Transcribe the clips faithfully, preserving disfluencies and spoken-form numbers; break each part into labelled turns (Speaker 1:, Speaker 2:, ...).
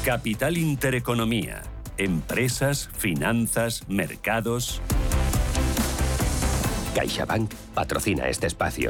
Speaker 1: Capital Intereconomía. Empresas, finanzas, mercados.
Speaker 2: CaixaBank patrocina este espacio.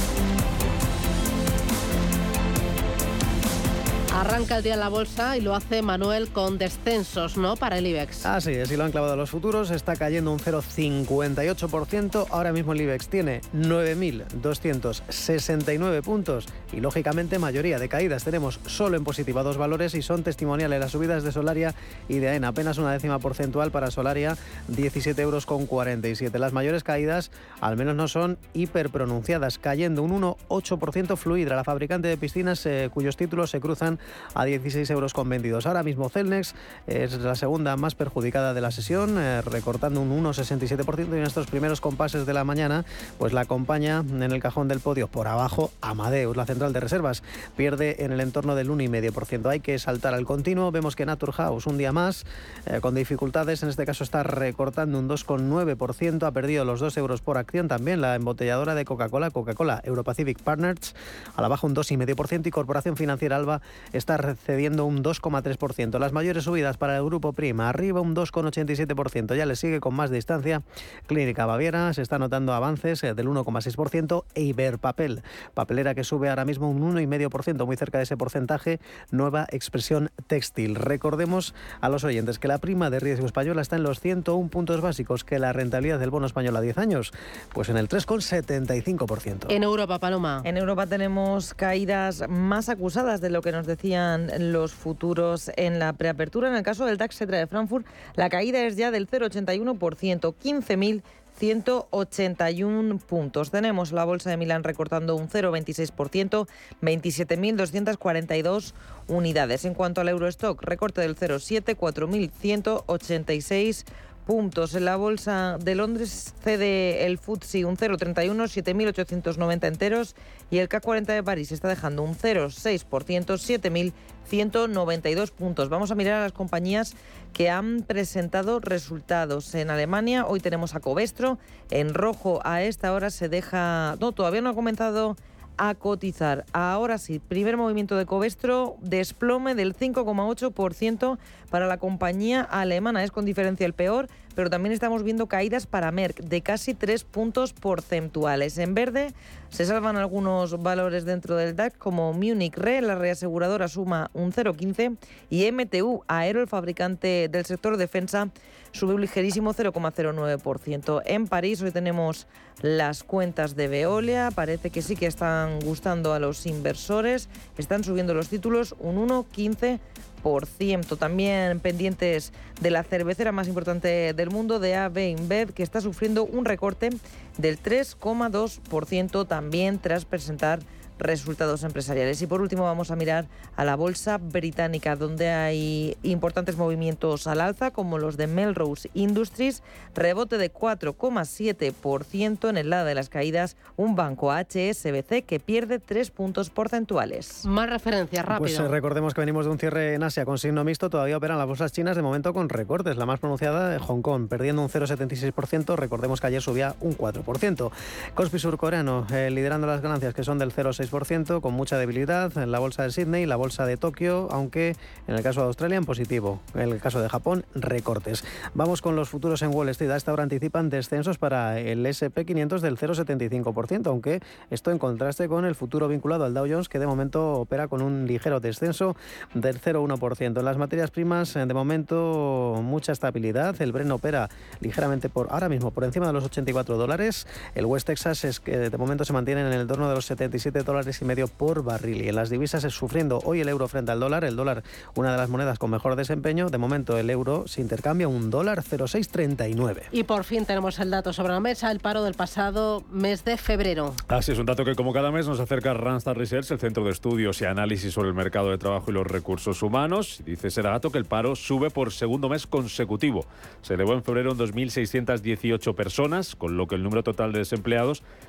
Speaker 3: Arranca el día en la bolsa y lo hace Manuel con descensos, ¿no?, para el IBEX.
Speaker 4: Así es, y lo han clavado los futuros, está cayendo un cero coma cincuenta y ocho por ciento. Ahora mismo el IBEX tiene nueve mil doscientos sesenta y nueve puntos y, lógicamente, mayoría de caídas. Tenemos solo en positiva dos valores y son testimoniales las subidas de Solaria y de AENA. Apenas una décima porcentual para Solaria, diecisiete euros con cuarenta y siete. Las mayores caídas, al menos no son hiperpronunciadas, cayendo un uno coma ocho por ciento Fluidra, la fabricante de piscinas, eh, cuyos títulos se cruzan a dieciséis euros con veintidós. Ahora mismo Celnex es la segunda más perjudicada de la sesión, eh, recortando un uno coma sesenta y siete por ciento, y en estos primeros compases de la mañana pues la acompaña en el cajón del podio por abajo Amadeus. La central de reservas pierde en el entorno del uno coma cinco por ciento. Hay que saltar al continuo. Vemos que Naturhaus un día más eh, con dificultades, en este caso está recortando un dos coma nueve por ciento, ha perdido los dos euros por acción. También la embotelladora de Coca-Cola, Coca-Cola Europacific Partners, a la baja un dos coma cinco por ciento, y Corporación Financiera Alba está cediendo un dos coma tres por ciento. Las mayores subidas para el grupo Prima, arriba un dos coma ochenta y siete por ciento. Ya le sigue con más distancia Clínica Baviera, se está notando avances del uno coma seis por ciento, e Iberpapel, papelera que sube ahora mismo un uno coma cinco por ciento, muy cerca de ese porcentaje, Nueva Expresión Textil. Recordemos a los oyentes que la prima de riesgo española está en los ciento uno puntos básicos, que la rentabilidad del bono español a diez años, pues en el tres coma setenta y cinco por ciento.
Speaker 3: En Europa, Paloma.
Speaker 5: En Europa tenemos caídas más acusadas de lo que nos decían los futuros en la preapertura. En el caso del DAX de Frankfurt, la caída es ya del cero coma ochenta y uno por ciento, quince mil ciento ochenta y uno puntos. Tenemos la bolsa de Milán recortando un cero coma veintiséis por ciento, veintisiete mil doscientas cuarenta y dos unidades. En cuanto al Eurostock, recorte del cero coma siete, cuatro mil ciento ochenta y seis puntos. En la bolsa de Londres cede el F T S E un cero coma treinta y uno, siete mil ochocientos noventa enteros, y el C A C cuarenta de París está dejando un cero coma seis por ciento, siete mil ciento noventa y dos puntos. Vamos a mirar a las compañías que han presentado resultados. En Alemania hoy tenemos a Covestro en rojo. A esta hora se deja... No, todavía no ha comenzado a cotizar. Ahora sí, primer movimiento de Covestro, desplome del cinco coma ocho por ciento para la compañía alemana. Es con diferencia el peor, pero también estamos viendo caídas para Merck de casi tres puntos porcentuales. En verde se salvan algunos valores dentro del DAX, como Munich Re, la reaseguradora, suma un cero coma quince, y M T U Aero, el fabricante del sector defensa, sube un ligerísimo cero coma cero nueve por ciento. En París hoy tenemos las cuentas de Veolia, parece que sí que están gustando a los inversores, están subiendo los títulos un uno coma quince por ciento. También pendientes de la cervecera más importante del mundo, de A B InBev, que está sufriendo un recorte del tres coma dos por ciento también tras presentar resultados empresariales. Y por último vamos a mirar a la bolsa británica, donde hay importantes movimientos al alza, como los de Melrose Industries, rebote de cuatro coma siete por ciento. En el lado de las caídas, un banco, H S B C, que pierde tres puntos porcentuales.
Speaker 3: Más referencias, rápido.
Speaker 4: Pues eh, recordemos que venimos de un cierre en Asia con signo mixto. Todavía operan las bolsas chinas, de momento con recortes. La más pronunciada de Hong Kong, perdiendo un cero coma setenta y seis por ciento. Recordemos que ayer subía un cuatro por ciento. Kospi surcoreano eh, liderando las ganancias, que son del cero coma seis por ciento, con mucha debilidad en la bolsa de Sydney, la bolsa de Tokio, aunque en el caso de Australia en positivo. En el caso de Japón, recortes. Vamos con los futuros en Wall Street. A esta hora anticipan descensos para el ese pe quinientos del cero coma setenta y cinco por ciento, aunque esto en contraste con el futuro vinculado al Dow Jones, que de momento opera con un ligero descenso del cero coma uno por ciento. En las materias primas, de momento, mucha estabilidad. El Brent opera ligeramente por ahora mismo por encima de los ochenta y cuatro dólares. El West Texas es que de momento se mantiene en el entorno de los setenta y siete dólares y medio por barril. Y en las divisas es sufriendo hoy el euro frente al dólar. El dólar, una de las monedas con mejor desempeño. De momento el euro se intercambia un dólar cero coma seis treinta y nueve.
Speaker 3: Y por fin tenemos el dato sobre la mesa, el paro del pasado mes de febrero.
Speaker 6: Así es, un dato que como cada mes nos acerca Randstad Research, el Centro de Estudios y Análisis sobre el Mercado de Trabajo y los Recursos Humanos. Dice ese dato que el paro sube por segundo mes consecutivo. Se elevó en febrero en dos mil seiscientas dieciocho personas, con lo que el número total de desempleados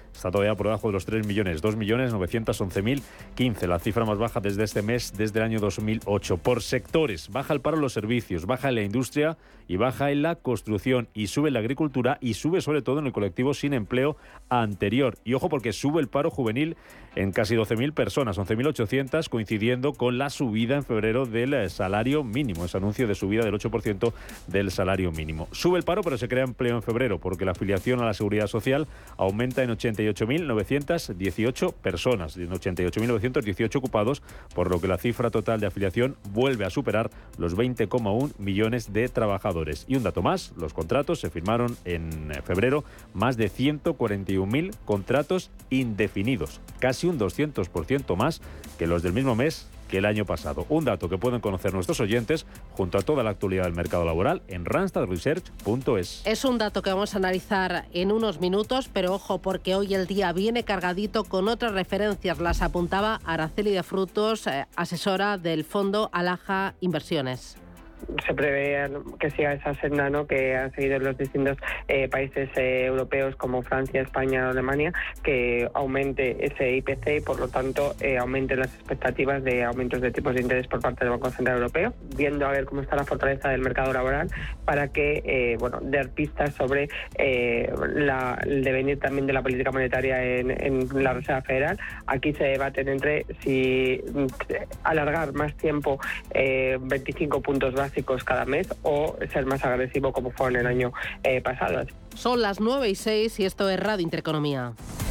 Speaker 6: está todavía por debajo de los tres millones, dos millones novecientos once mil quince, la cifra más baja desde este mes, desde el año dos mil ocho. Por sectores, baja el paro en los servicios, baja en la industria y baja en la construcción, y sube en la agricultura y sube sobre todo en el colectivo sin empleo anterior. Y ojo, porque sube el paro juvenil en casi doce mil personas, once mil ochocientas, coincidiendo con la subida en febrero del salario mínimo, ese anuncio de subida del ocho por ciento del salario mínimo. Sube el paro, pero se crea empleo en febrero, porque la afiliación a la Seguridad Social aumenta en ochenta y ocho mil novecientas dieciocho personas, en ochenta y ocho mil novecientos dieciocho ocupados, por lo que la cifra total de afiliación vuelve a superar los veinte coma uno millones de trabajadores. Y un dato más, los contratos se firmaron en febrero, más de ciento cuarenta y un mil contratos indefinidos, casi un doscientos por ciento más que los del mismo mes que el año pasado. Un dato que pueden conocer nuestros oyentes junto a toda la actualidad del mercado laboral en randstad research punto es.
Speaker 3: Es un dato que vamos a analizar en unos minutos, pero ojo, porque hoy el día viene cargadito con otras referencias. Las apuntaba Araceli de Frutos, eh, asesora del fondo Alaja Inversiones.
Speaker 7: Se prevé que siga esa senda, ¿no?, que han seguido los distintos eh, países eh, europeos como Francia, España o Alemania, que aumente ese I P C y por lo tanto eh, aumenten las expectativas de aumentos de tipos de interés por parte del Banco Central Europeo, viendo a ver cómo está la fortaleza del mercado laboral para que eh, bueno, dar pistas sobre eh, la, el devenir también de la política monetaria en, en la Reserva Federal. Aquí se debaten entre si alargar más tiempo eh, veinticinco puntos básicos cada mes o ser más agresivo como fue en el año eh, pasado.
Speaker 3: Son las nueve y seis y esto es Radio Intereconomía.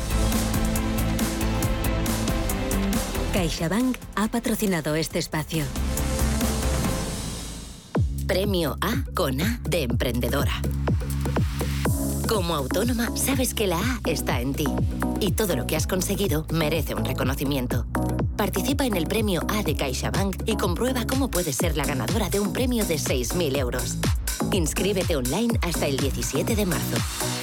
Speaker 8: CaixaBank ha patrocinado este espacio. Premio A con A de emprendedora. Como autónoma, sabes que la A está en ti y todo lo que has conseguido merece un reconocimiento. Participa en el Premio A de CaixaBank y comprueba cómo puedes ser la ganadora de un premio de seis mil euros. Inscríbete online hasta el diecisiete de marzo.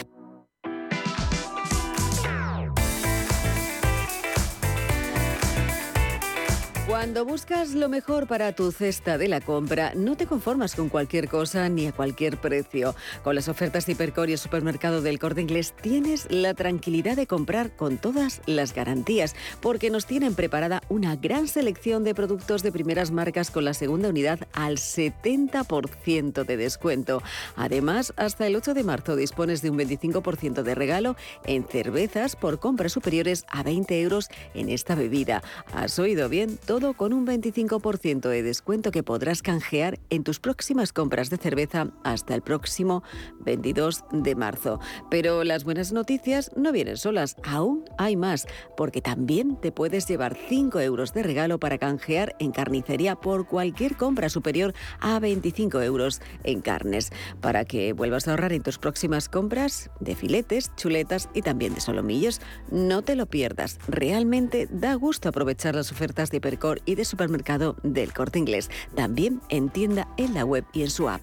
Speaker 9: Cuando buscas lo mejor para tu cesta de la compra, no te conformas con cualquier cosa ni a cualquier precio. Con las ofertas de Hipercor y el supermercado del Corte Inglés tienes la tranquilidad de comprar con todas las garantías, porque nos tienen preparada una gran selección de productos de primeras marcas con la segunda unidad al setenta por ciento de descuento. Además, hasta el ocho de marzo dispones de un veinticinco por ciento de regalo en cervezas por compras superiores a veinte euros en esta bebida. ¿Has oído bien? Todo con un veinticinco por ciento de descuento que podrás canjear en tus próximas compras de cerveza hasta el próximo veintidós de marzo. Pero las buenas noticias no vienen solas, aún hay más, porque también te puedes llevar cinco euros de regalo para canjear en carnicería por cualquier compra superior a veinticinco euros en carnes, para que vuelvas a ahorrar en tus próximas compras de filetes, chuletas y también de solomillos. No te lo pierdas, realmente da gusto aprovechar las ofertas de Hipercor y de supermercado del Corte Inglés, también en tienda, en la web y en su app.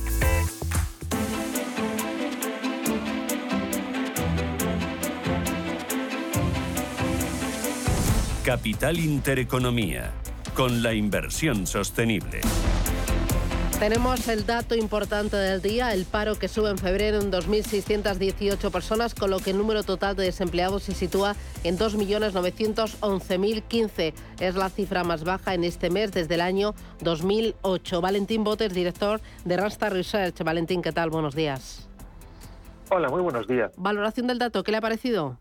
Speaker 1: Capital Intereconomía, con la inversión sostenible.
Speaker 3: Tenemos el dato importante del día, el paro que sube en febrero en dos mil seiscientas dieciocho personas, con lo que el número total de desempleados se sitúa en dos millones novecientos once mil quince. Es la cifra más baja en este mes desde el año dos mil ocho. Valentín Botes, director de Randstad Research. Valentín, ¿qué tal? Buenos días.
Speaker 10: Hola, muy buenos días.
Speaker 3: Valoración del dato, ¿qué le ha parecido?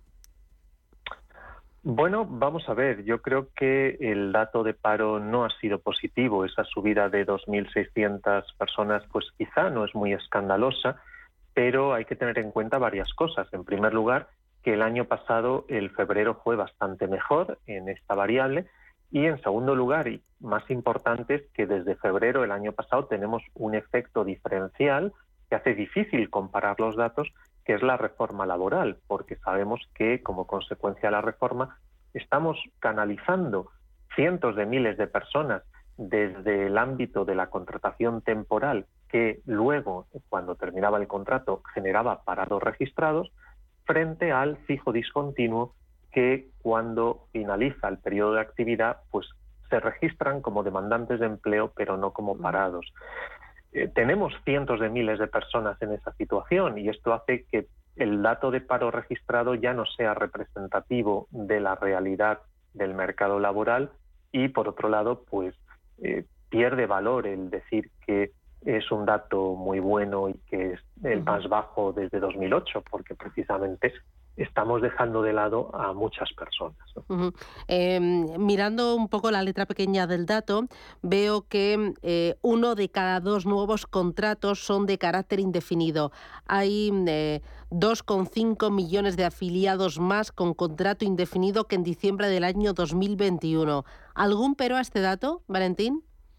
Speaker 10: Bueno, vamos a ver, yo creo que el dato de paro no ha sido positivo. Esa subida de dos mil seiscientas personas pues quizá no es muy escandalosa, pero hay que tener en cuenta varias cosas. En primer lugar, que el año pasado el febrero fue bastante mejor en esta variable, y en segundo lugar, y más importante, es que desde febrero del año pasado tenemos un efecto diferencial que hace difícil comparar los datos, que es la reforma laboral, porque sabemos que como consecuencia de la reforma estamos canalizando cientos de miles de personas desde el ámbito de la contratación temporal, que luego, cuando terminaba el contrato, generaba parados registrados, frente al fijo discontinuo, que cuando finaliza el periodo de actividad, pues se registran como demandantes de empleo, pero no como parados. Eh, tenemos cientos de miles de personas en esa situación, y esto hace que el dato de paro registrado ya no sea representativo de la realidad del mercado laboral y, por otro lado, pues eh, pierde valor el decir que es un dato muy bueno y que es el uh-huh. más bajo desde dos mil ocho, porque precisamente estamos dejando de lado a muchas personas, ¿no?
Speaker 3: Uh-huh. Eh, mirando un poco la letra pequeña del dato, veo que eh, uno de cada dos nuevos contratos son de carácter indefinido. Hay eh, dos coma cinco millones de afiliados más con contrato indefinido que en diciembre del año dos mil veintiuno. ¿Algún pero a este dato, Valentín?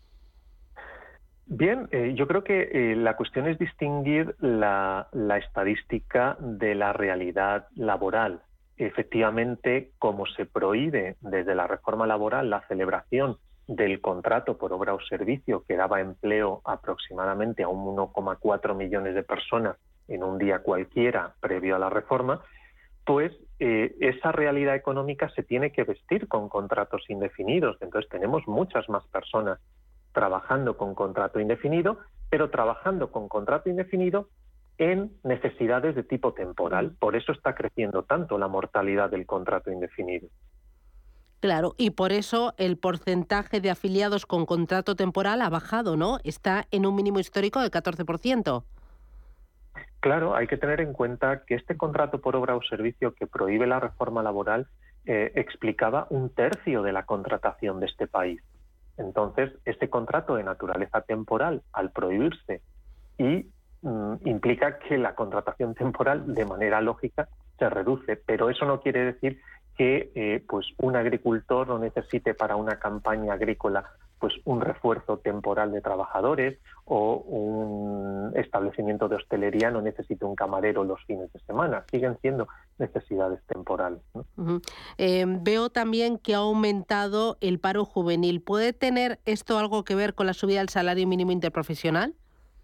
Speaker 10: Bien, eh, yo creo que eh, la cuestión es distinguir la, la estadística de la realidad laboral. Efectivamente, como se prohíbe desde la reforma laboral la celebración del contrato por obra o servicio que daba empleo aproximadamente a uno coma cuatro millones de personas en un día cualquiera previo a la reforma, pues eh, esa realidad económica se tiene que vestir con contratos indefinidos. Entonces tenemos muchas más personas trabajando con contrato indefinido, pero trabajando con contrato indefinido en necesidades de tipo temporal. Por eso está creciendo tanto la mortalidad del contrato indefinido.
Speaker 3: Claro, y por eso el porcentaje de afiliados con contrato temporal ha bajado, ¿no? Está en un mínimo histórico del catorce por ciento.
Speaker 10: Claro, hay que tener en cuenta que este contrato por obra o servicio que prohíbe la reforma laboral eh, explicaba un tercio de la contratación de este país. Entonces, este contrato de naturaleza temporal, al prohibirse, y mm, implica que la contratación temporal, de manera lógica, se reduce. Pero eso no quiere decir que eh, pues un agricultor no necesite para una campaña agrícola pues un refuerzo temporal de trabajadores, o un establecimiento de hostelería no necesite un camarero los fines de semana. Siguen siendo necesidades temporales, ¿no?
Speaker 3: Uh-huh. Eh, veo también que ha aumentado el paro juvenil. ¿Puede tener esto algo que ver con la subida del salario mínimo interprofesional?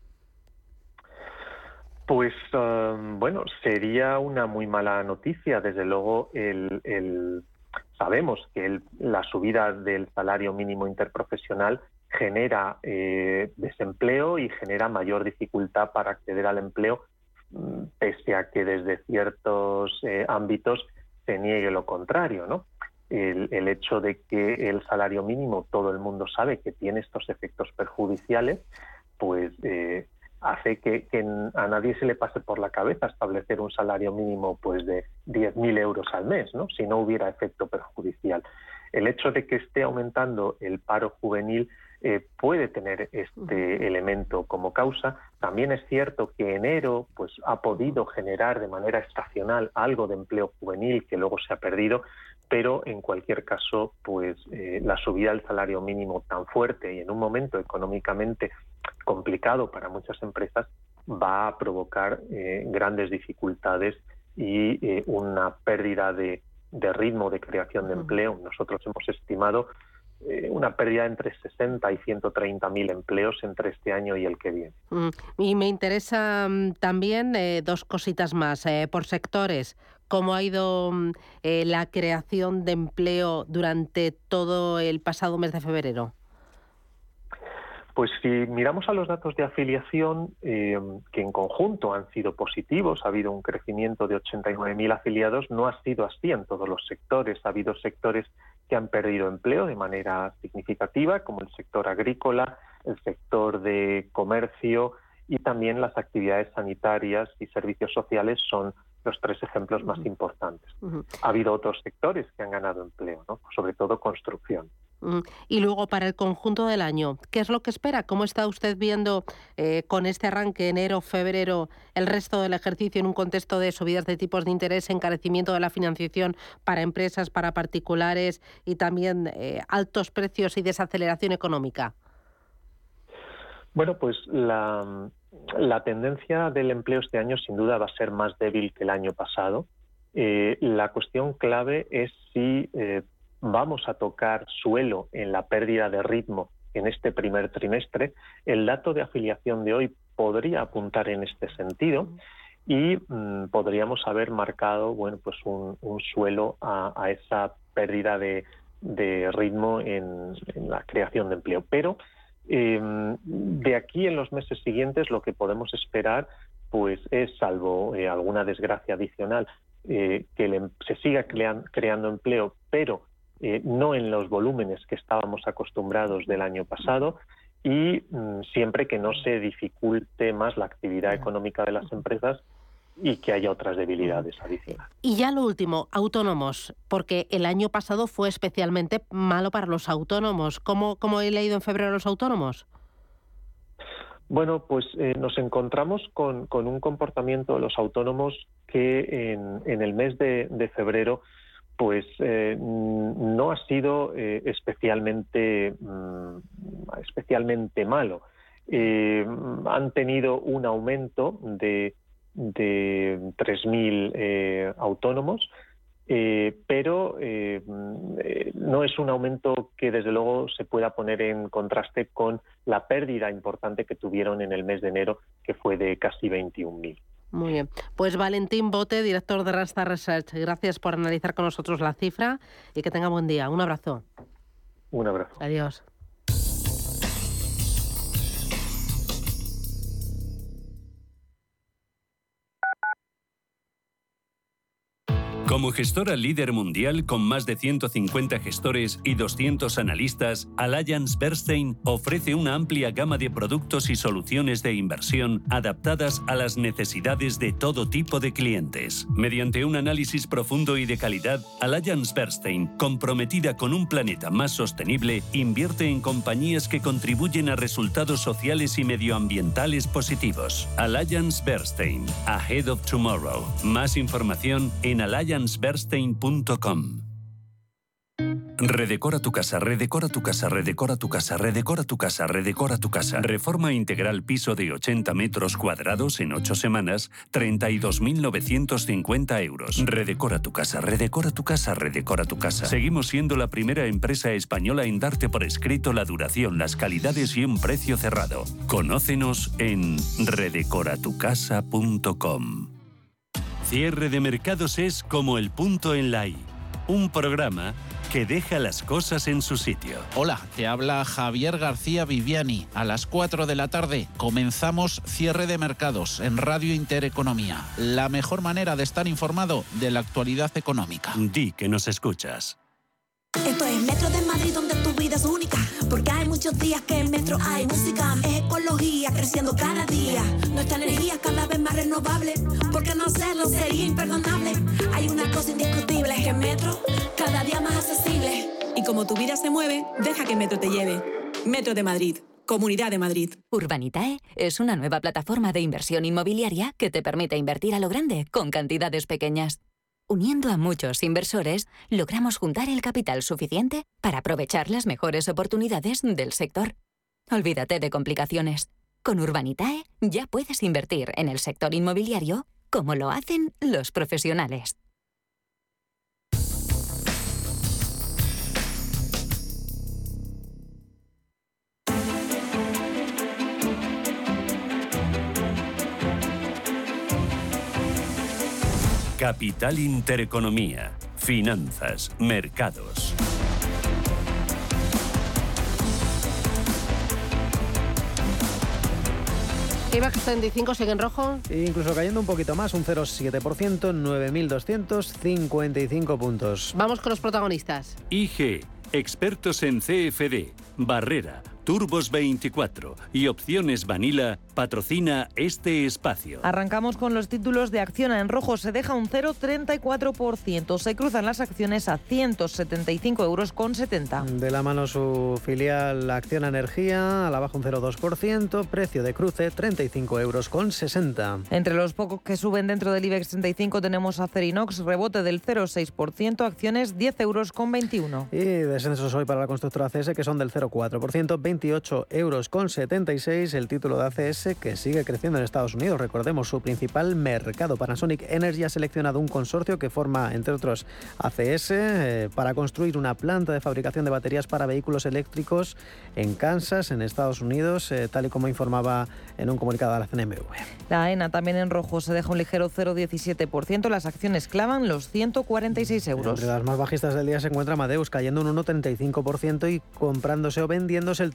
Speaker 10: Pues uh, bueno, sería una muy mala noticia. Desde luego, el, el, sabemos que el, la subida del salario mínimo interprofesional genera eh, desempleo y genera mayor dificultad para acceder al empleo, pese a que desde ciertos eh, ámbitos se niegue lo contrario, ¿no? El, el hecho de que el salario mínimo, todo el mundo sabe que tiene estos efectos perjudiciales, pues eh, hace que, que a nadie se le pase por la cabeza establecer un salario mínimo pues de diez mil euros al mes, ¿no? Si no hubiera efecto perjudicial. El hecho de que esté aumentando el paro juvenil eh, puede tener este elemento como causa. También es cierto que enero pues ha podido generar de manera estacional algo de empleo juvenil que luego se ha perdido, pero en cualquier caso pues eh, la subida del salario mínimo tan fuerte y en un momento económicamente complicado para muchas empresas va a provocar eh, grandes dificultades y eh, una pérdida de, de ritmo de creación de empleo. Nosotros hemos estimado eh, una pérdida entre sesenta y ciento treinta mil empleos entre este año y el que viene.
Speaker 3: Mm, y me interesa mm, también eh, dos cositas más, eh, por sectores. ¿Cómo ha ido eh, la creación de empleo durante todo el pasado mes de febrero?
Speaker 10: Pues si miramos a los datos de afiliación, eh, que en conjunto han sido positivos, ha habido un crecimiento de ochenta y nueve mil afiliados, no ha sido así en todos los sectores. Ha habido sectores que han perdido empleo de manera significativa, como el sector agrícola, el sector de comercio y también las actividades sanitarias y servicios sociales son los tres ejemplos más importantes. Uh-huh. Ha habido otros sectores que han ganado empleo, ¿no? Sobre todo construcción.
Speaker 3: Uh-huh. Y luego, para el conjunto del año, ¿qué es lo que espera? ¿Cómo está usted viendo eh, con este arranque enero, febrero, el resto del ejercicio en un contexto de subidas de tipos de interés, encarecimiento de la financiación para empresas, para particulares y también eh, altos precios y desaceleración económica?
Speaker 10: Bueno, pues la... La tendencia del empleo este año sin duda va a ser más débil que el año pasado. Eh, la cuestión clave es si eh, vamos a tocar suelo en la pérdida de ritmo en este primer trimestre. El dato de afiliación de hoy podría apuntar en este sentido y mmm, podríamos haber marcado bueno, pues un, un suelo a, a esa pérdida de, de ritmo en, en la creación de empleo. Pero Eh, de aquí en los meses siguientes lo que podemos esperar pues es, salvo eh, alguna desgracia adicional, eh, que el, se siga crean, creando empleo, pero eh, no en los volúmenes que estábamos acostumbrados del año pasado, y mm, siempre que no se dificulte más la actividad económica de las empresas y que haya otras debilidades adicionales.
Speaker 3: Y ya lo último, autónomos, porque el año pasado fue especialmente malo para los autónomos. ¿Cómo, cómo he leído en febrero a los autónomos?
Speaker 10: Bueno, pues eh, nos encontramos con, con un comportamiento de los autónomos que en, en el mes de, de febrero pues eh, no ha sido eh, especialmente, mm, especialmente malo. Eh, han tenido un aumento de, de tres mil eh, autónomos, Eh, pero eh, eh, no es un aumento que desde luego se pueda poner en contraste con la pérdida importante que tuvieron en el mes de enero, que fue de casi veintiún mil.
Speaker 3: Muy bien. Pues Valentín Bote, director de Randstad Research, gracias por analizar con nosotros la cifra y que tenga buen día. Un abrazo.
Speaker 10: Un abrazo.
Speaker 3: Adiós.
Speaker 1: Como gestora líder mundial con más de ciento cincuenta gestores y doscientos analistas, Allianz Bernstein ofrece una amplia gama de productos y soluciones de inversión adaptadas a las necesidades de todo tipo de clientes. Mediante un análisis profundo y de calidad, Allianz Bernstein, comprometida con un planeta más sostenible, invierte en compañías que contribuyen a resultados sociales y medioambientales positivos. Allianz Bernstein, Ahead of Tomorrow. Más información en allianz bernstein punto com. Redecora tu casa, redecora tu casa, redecora tu casa, redecora tu casa, redecora tu casa. Reforma integral piso de ochenta metros cuadrados en ocho semanas, treinta y dos mil novecientos cincuenta euros. Redecora tu casa, redecora tu casa, redecora tu casa. Seguimos siendo la primera empresa española en darte por escrito la duración, las calidades y un precio cerrado. Conócenos en redecora tu casa punto com. Cierre de mercados es como el punto en la I. Un programa que deja las cosas en su sitio.
Speaker 11: Hola, te habla Javier García Viviani. A las cuatro de la tarde comenzamos Cierre de Mercados en Radio Intereconomía. La mejor manera de estar informado de la actualidad económica.
Speaker 1: Di que nos escuchas.
Speaker 12: Esto es Metro de Madrid, donde tu vida es única, porque hay muchos días que en Metro hay música. Es ecología creciendo cada día, nuestra energía cada vez más renovable, porque no hacerlo sería imperdonable. Hay una cosa indiscutible, es que Metro cada día más accesible. Y como tu vida se mueve, deja que Metro te lleve. Metro de Madrid, Comunidad de Madrid.
Speaker 13: Urbanitae es una nueva plataforma de inversión inmobiliaria que te permite invertir a lo grande con cantidades pequeñas. Uniendo a muchos inversores, logramos juntar el capital suficiente para aprovechar las mejores oportunidades del sector. Olvídate de complicaciones. Con Urbanitae ya puedes invertir en el sector inmobiliario como lo hacen los profesionales.
Speaker 1: Capital Intereconomía. Finanzas, mercados.
Speaker 3: IBEX treinta y cinco sigue en rojo.
Speaker 4: Incluso cayendo un poquito más, un cero coma siete por ciento, nueve mil doscientos cincuenta y cinco puntos.
Speaker 3: Vamos con los protagonistas.
Speaker 1: I G, expertos en C F D, Barrera, Turbos veinticuatro y Opciones Vanilla patrocina este espacio.
Speaker 5: Arrancamos con los títulos de Acciona. En rojo se deja un cero coma treinta y cuatro por ciento. Se cruzan las acciones a ciento setenta y cinco euros con setenta.
Speaker 4: De la mano su filial Acciona Energía, a la baja un cero coma dos por ciento. Precio de cruce treinta y cinco euros con sesenta.
Speaker 5: Entre los pocos que suben dentro del IBEX treinta y cinco tenemos Acerinox, rebote del cero coma seis por ciento. Acciones diez euros con veintiuno.
Speaker 4: Y descensos hoy para la constructora A C S, que son del cero coma cuatro por ciento. veintiocho euros con setenta y seis. El título de A C S, que sigue creciendo en Estados Unidos. Recordemos, su principal mercado. Panasonic Energy ha seleccionado un consorcio que forma, entre otros, A C S eh, para construir una planta de fabricación de baterías para vehículos eléctricos en Kansas, en Estados Unidos, eh, tal y como informaba en un comunicado a la C N M V.
Speaker 5: La A E N A también en rojo se deja un ligero cero coma diecisiete por ciento. Las acciones clavan los ciento cuarenta y seis euros.
Speaker 4: Entre las más bajistas del día se encuentra Amadeus, cayendo un uno coma treinta y cinco por ciento y comprándose o vendiéndose el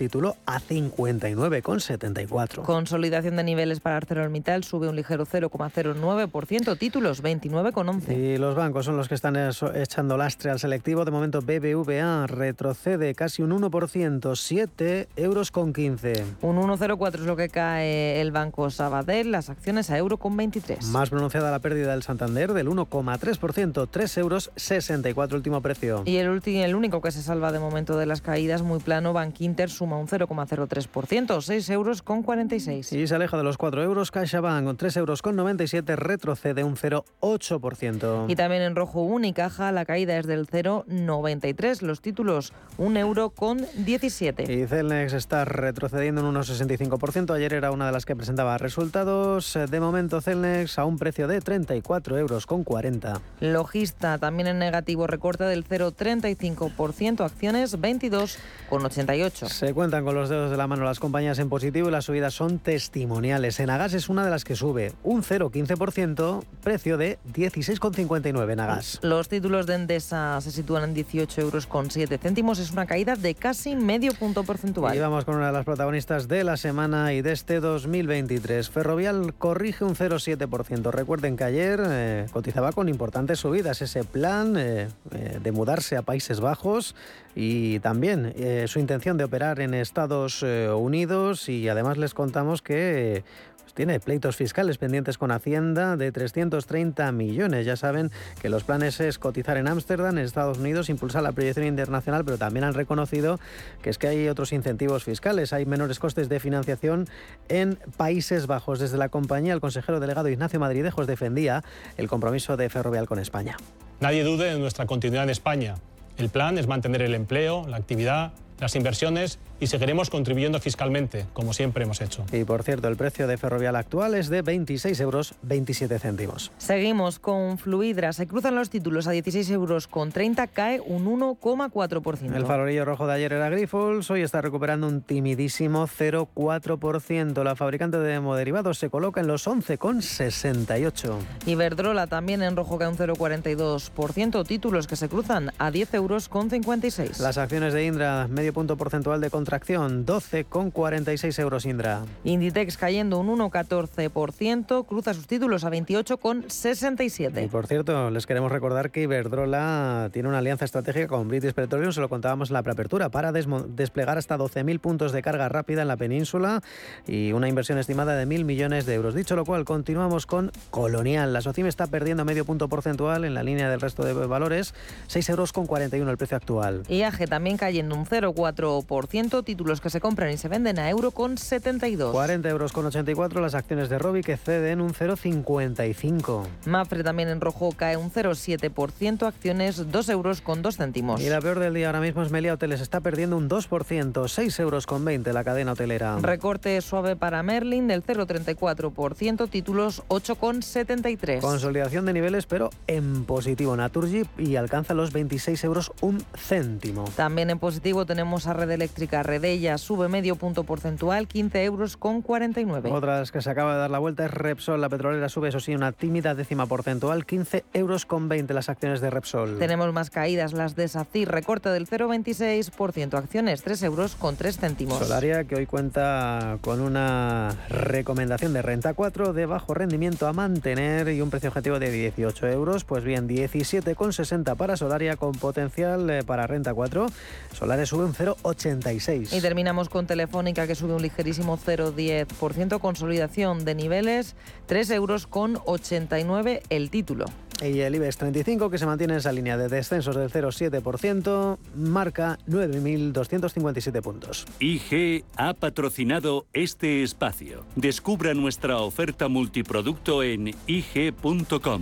Speaker 4: título a cincuenta y nueve con setenta y cuatro.
Speaker 5: Consolidación de niveles para ArcelorMittal, sube un ligero cero coma cero nueve por ciento, títulos veintinueve con once.
Speaker 4: Y los bancos son los que están echando lastre al selectivo. De momento B B V A retrocede casi un uno por ciento, siete euros con quince.
Speaker 5: Un uno coma cero cuatro es lo que cae el Banco Sabadell, las acciones a euro con veintitrés.
Speaker 4: Más pronunciada la pérdida del Santander del uno coma tres por ciento, tres euros sesenta y cuatro último precio.
Speaker 5: Y el, ulti, el único que se salva de momento de las caídas, muy plano, Bankinter suma un cero coma cero tres por ciento, seis euros con cuarenta y seis.
Speaker 4: Y se aleja de los cuatro euros CaixaBank, con tres euros con noventa y siete, retrocede un cero coma ocho por ciento.
Speaker 5: Y también en rojo Unicaja, la caída es del cero coma noventa y tres, los títulos un euro con diecisiete.
Speaker 4: Y Celnex está retrocediendo un uno coma sesenta y cinco por ciento, ayer era una de las que presentaba resultados. De momento Celnex a un precio de treinta y cuatro euros con cuarenta.
Speaker 5: Logista también en negativo, recorta del cero coma treinta y cinco por ciento, acciones veintidós con ochenta y ocho.
Speaker 4: Se cuentan con los dedos de la mano las compañías en positivo y las subidas son testimoniales. Enagas es una de las que sube un cero coma quince por ciento, precio de dieciséis con cincuenta y nueve Enagas.
Speaker 5: Los títulos de Endesa se sitúan en dieciocho euros con siete céntimos, es una caída de casi medio punto porcentual.
Speaker 4: Y vamos con una de las protagonistas de la semana y de este dos mil veintitrés. Ferrovial corrige un cero coma siete por ciento. Recuerden que ayer eh, cotizaba con importantes subidas ese plan eh, eh, de mudarse a Países Bajos y también eh, su intención de operar en Estados eh, Unidos, y además les contamos que... Eh, tiene pleitos fiscales pendientes con Hacienda de trescientos treinta millones. Ya saben que los planes es cotizar en Ámsterdam, en Estados Unidos, impulsar la proyección internacional, pero también han reconocido que es que hay otros incentivos fiscales, hay menores costes de financiación en Países Bajos. Desde la compañía, el consejero delegado Ignacio Madridejos defendía el compromiso de Ferrovial con España.
Speaker 14: Nadie dude de nuestra continuidad en España. El plan es mantener el empleo, la actividad, las inversiones, y seguiremos contribuyendo fiscalmente, como siempre hemos hecho.
Speaker 4: Y por cierto, el precio de Ferrovial actual es de veintiséis euros veintisiete céntimos.
Speaker 5: Seguimos con Fluidra. Se cruzan los títulos a dieciséis euros con treinta, cae un uno coma cuatro por ciento.
Speaker 4: El farolillo rojo de ayer era Grifols, hoy está recuperando un timidísimo cero coma cuatro por ciento. La fabricante de hemoderivados se coloca en los once con sesenta y ocho.
Speaker 5: Iberdrola también en rojo, cae un cero coma cuarenta y dos por ciento. Títulos que se cruzan a diez euros con cincuenta y seis.
Speaker 4: Las acciones de Indra, medio punto porcentual de contracción, doce con cuarenta y seis euros Indra.
Speaker 5: Inditex cayendo un uno coma catorce por ciento, cruza sus títulos a veintiocho con sesenta y siete.
Speaker 4: Y por cierto, les queremos recordar que Iberdrola tiene una alianza estratégica con British Petroleum, se lo contábamos en la preapertura, para desplegar hasta doce mil puntos de carga rápida en la península y una inversión estimada de mil millones de euros. Dicho lo cual, continuamos con Colonial. La Socimi está perdiendo medio punto porcentual en la línea del resto de valores, seis euros con cuarenta y uno el precio actual.
Speaker 5: I A G también cayendo un cero coma cuatro por ciento, títulos que se compran y se venden a euro con setenta y dos.
Speaker 4: cuarenta euros con ochenta y cuatro las acciones de Robi, que ceden un cero coma cincuenta y cinco.
Speaker 5: Mapfre también en rojo, cae un cero coma siete por ciento, acciones dos euros con dos céntimos.
Speaker 4: Y la peor del día ahora mismo es Meliá Hoteles, está perdiendo un dos por ciento, seis euros con veinte la cadena hotelera.
Speaker 5: Recorte suave para Merlin del cero coma treinta y cuatro por ciento, títulos ocho con setenta y tres.
Speaker 4: Consolidación de niveles, pero en positivo Naturgy, y alcanza los veintiséis euros un céntimo.
Speaker 5: También en positivo tenemos a Red Eléctrica. Redella sube medio punto porcentual, quince euros con cuarenta y nueve.
Speaker 4: Otras que se acaba de dar la vuelta es Repsol, la petrolera sube, eso sí, una tímida décima porcentual, quince euros con veinte las acciones de Repsol.
Speaker 5: Tenemos más caídas, las de SACIR, recorte del cero coma veintiséis por ciento, acciones tres euros con tres céntimos.
Speaker 4: Solaria, que hoy cuenta con una recomendación de renta cuatro de bajo rendimiento a mantener y un precio objetivo de dieciocho euros, pues bien, diecisiete con sesenta para Solaria, con potencial para renta cuatro. Solaria sube un cero coma ochenta y seis.
Speaker 5: Y terminamos con Telefónica, que sube un ligerísimo cero coma diez por ciento, consolidación de niveles, tres euros con ochenta y nueve el título.
Speaker 4: Y el IBEX treinta y cinco, que se mantiene en esa línea de descensos del cero coma siete por ciento, marca nueve mil doscientos cincuenta y siete puntos.
Speaker 1: I G ha patrocinado este espacio. Descubra nuestra oferta multiproducto en i ge punto com.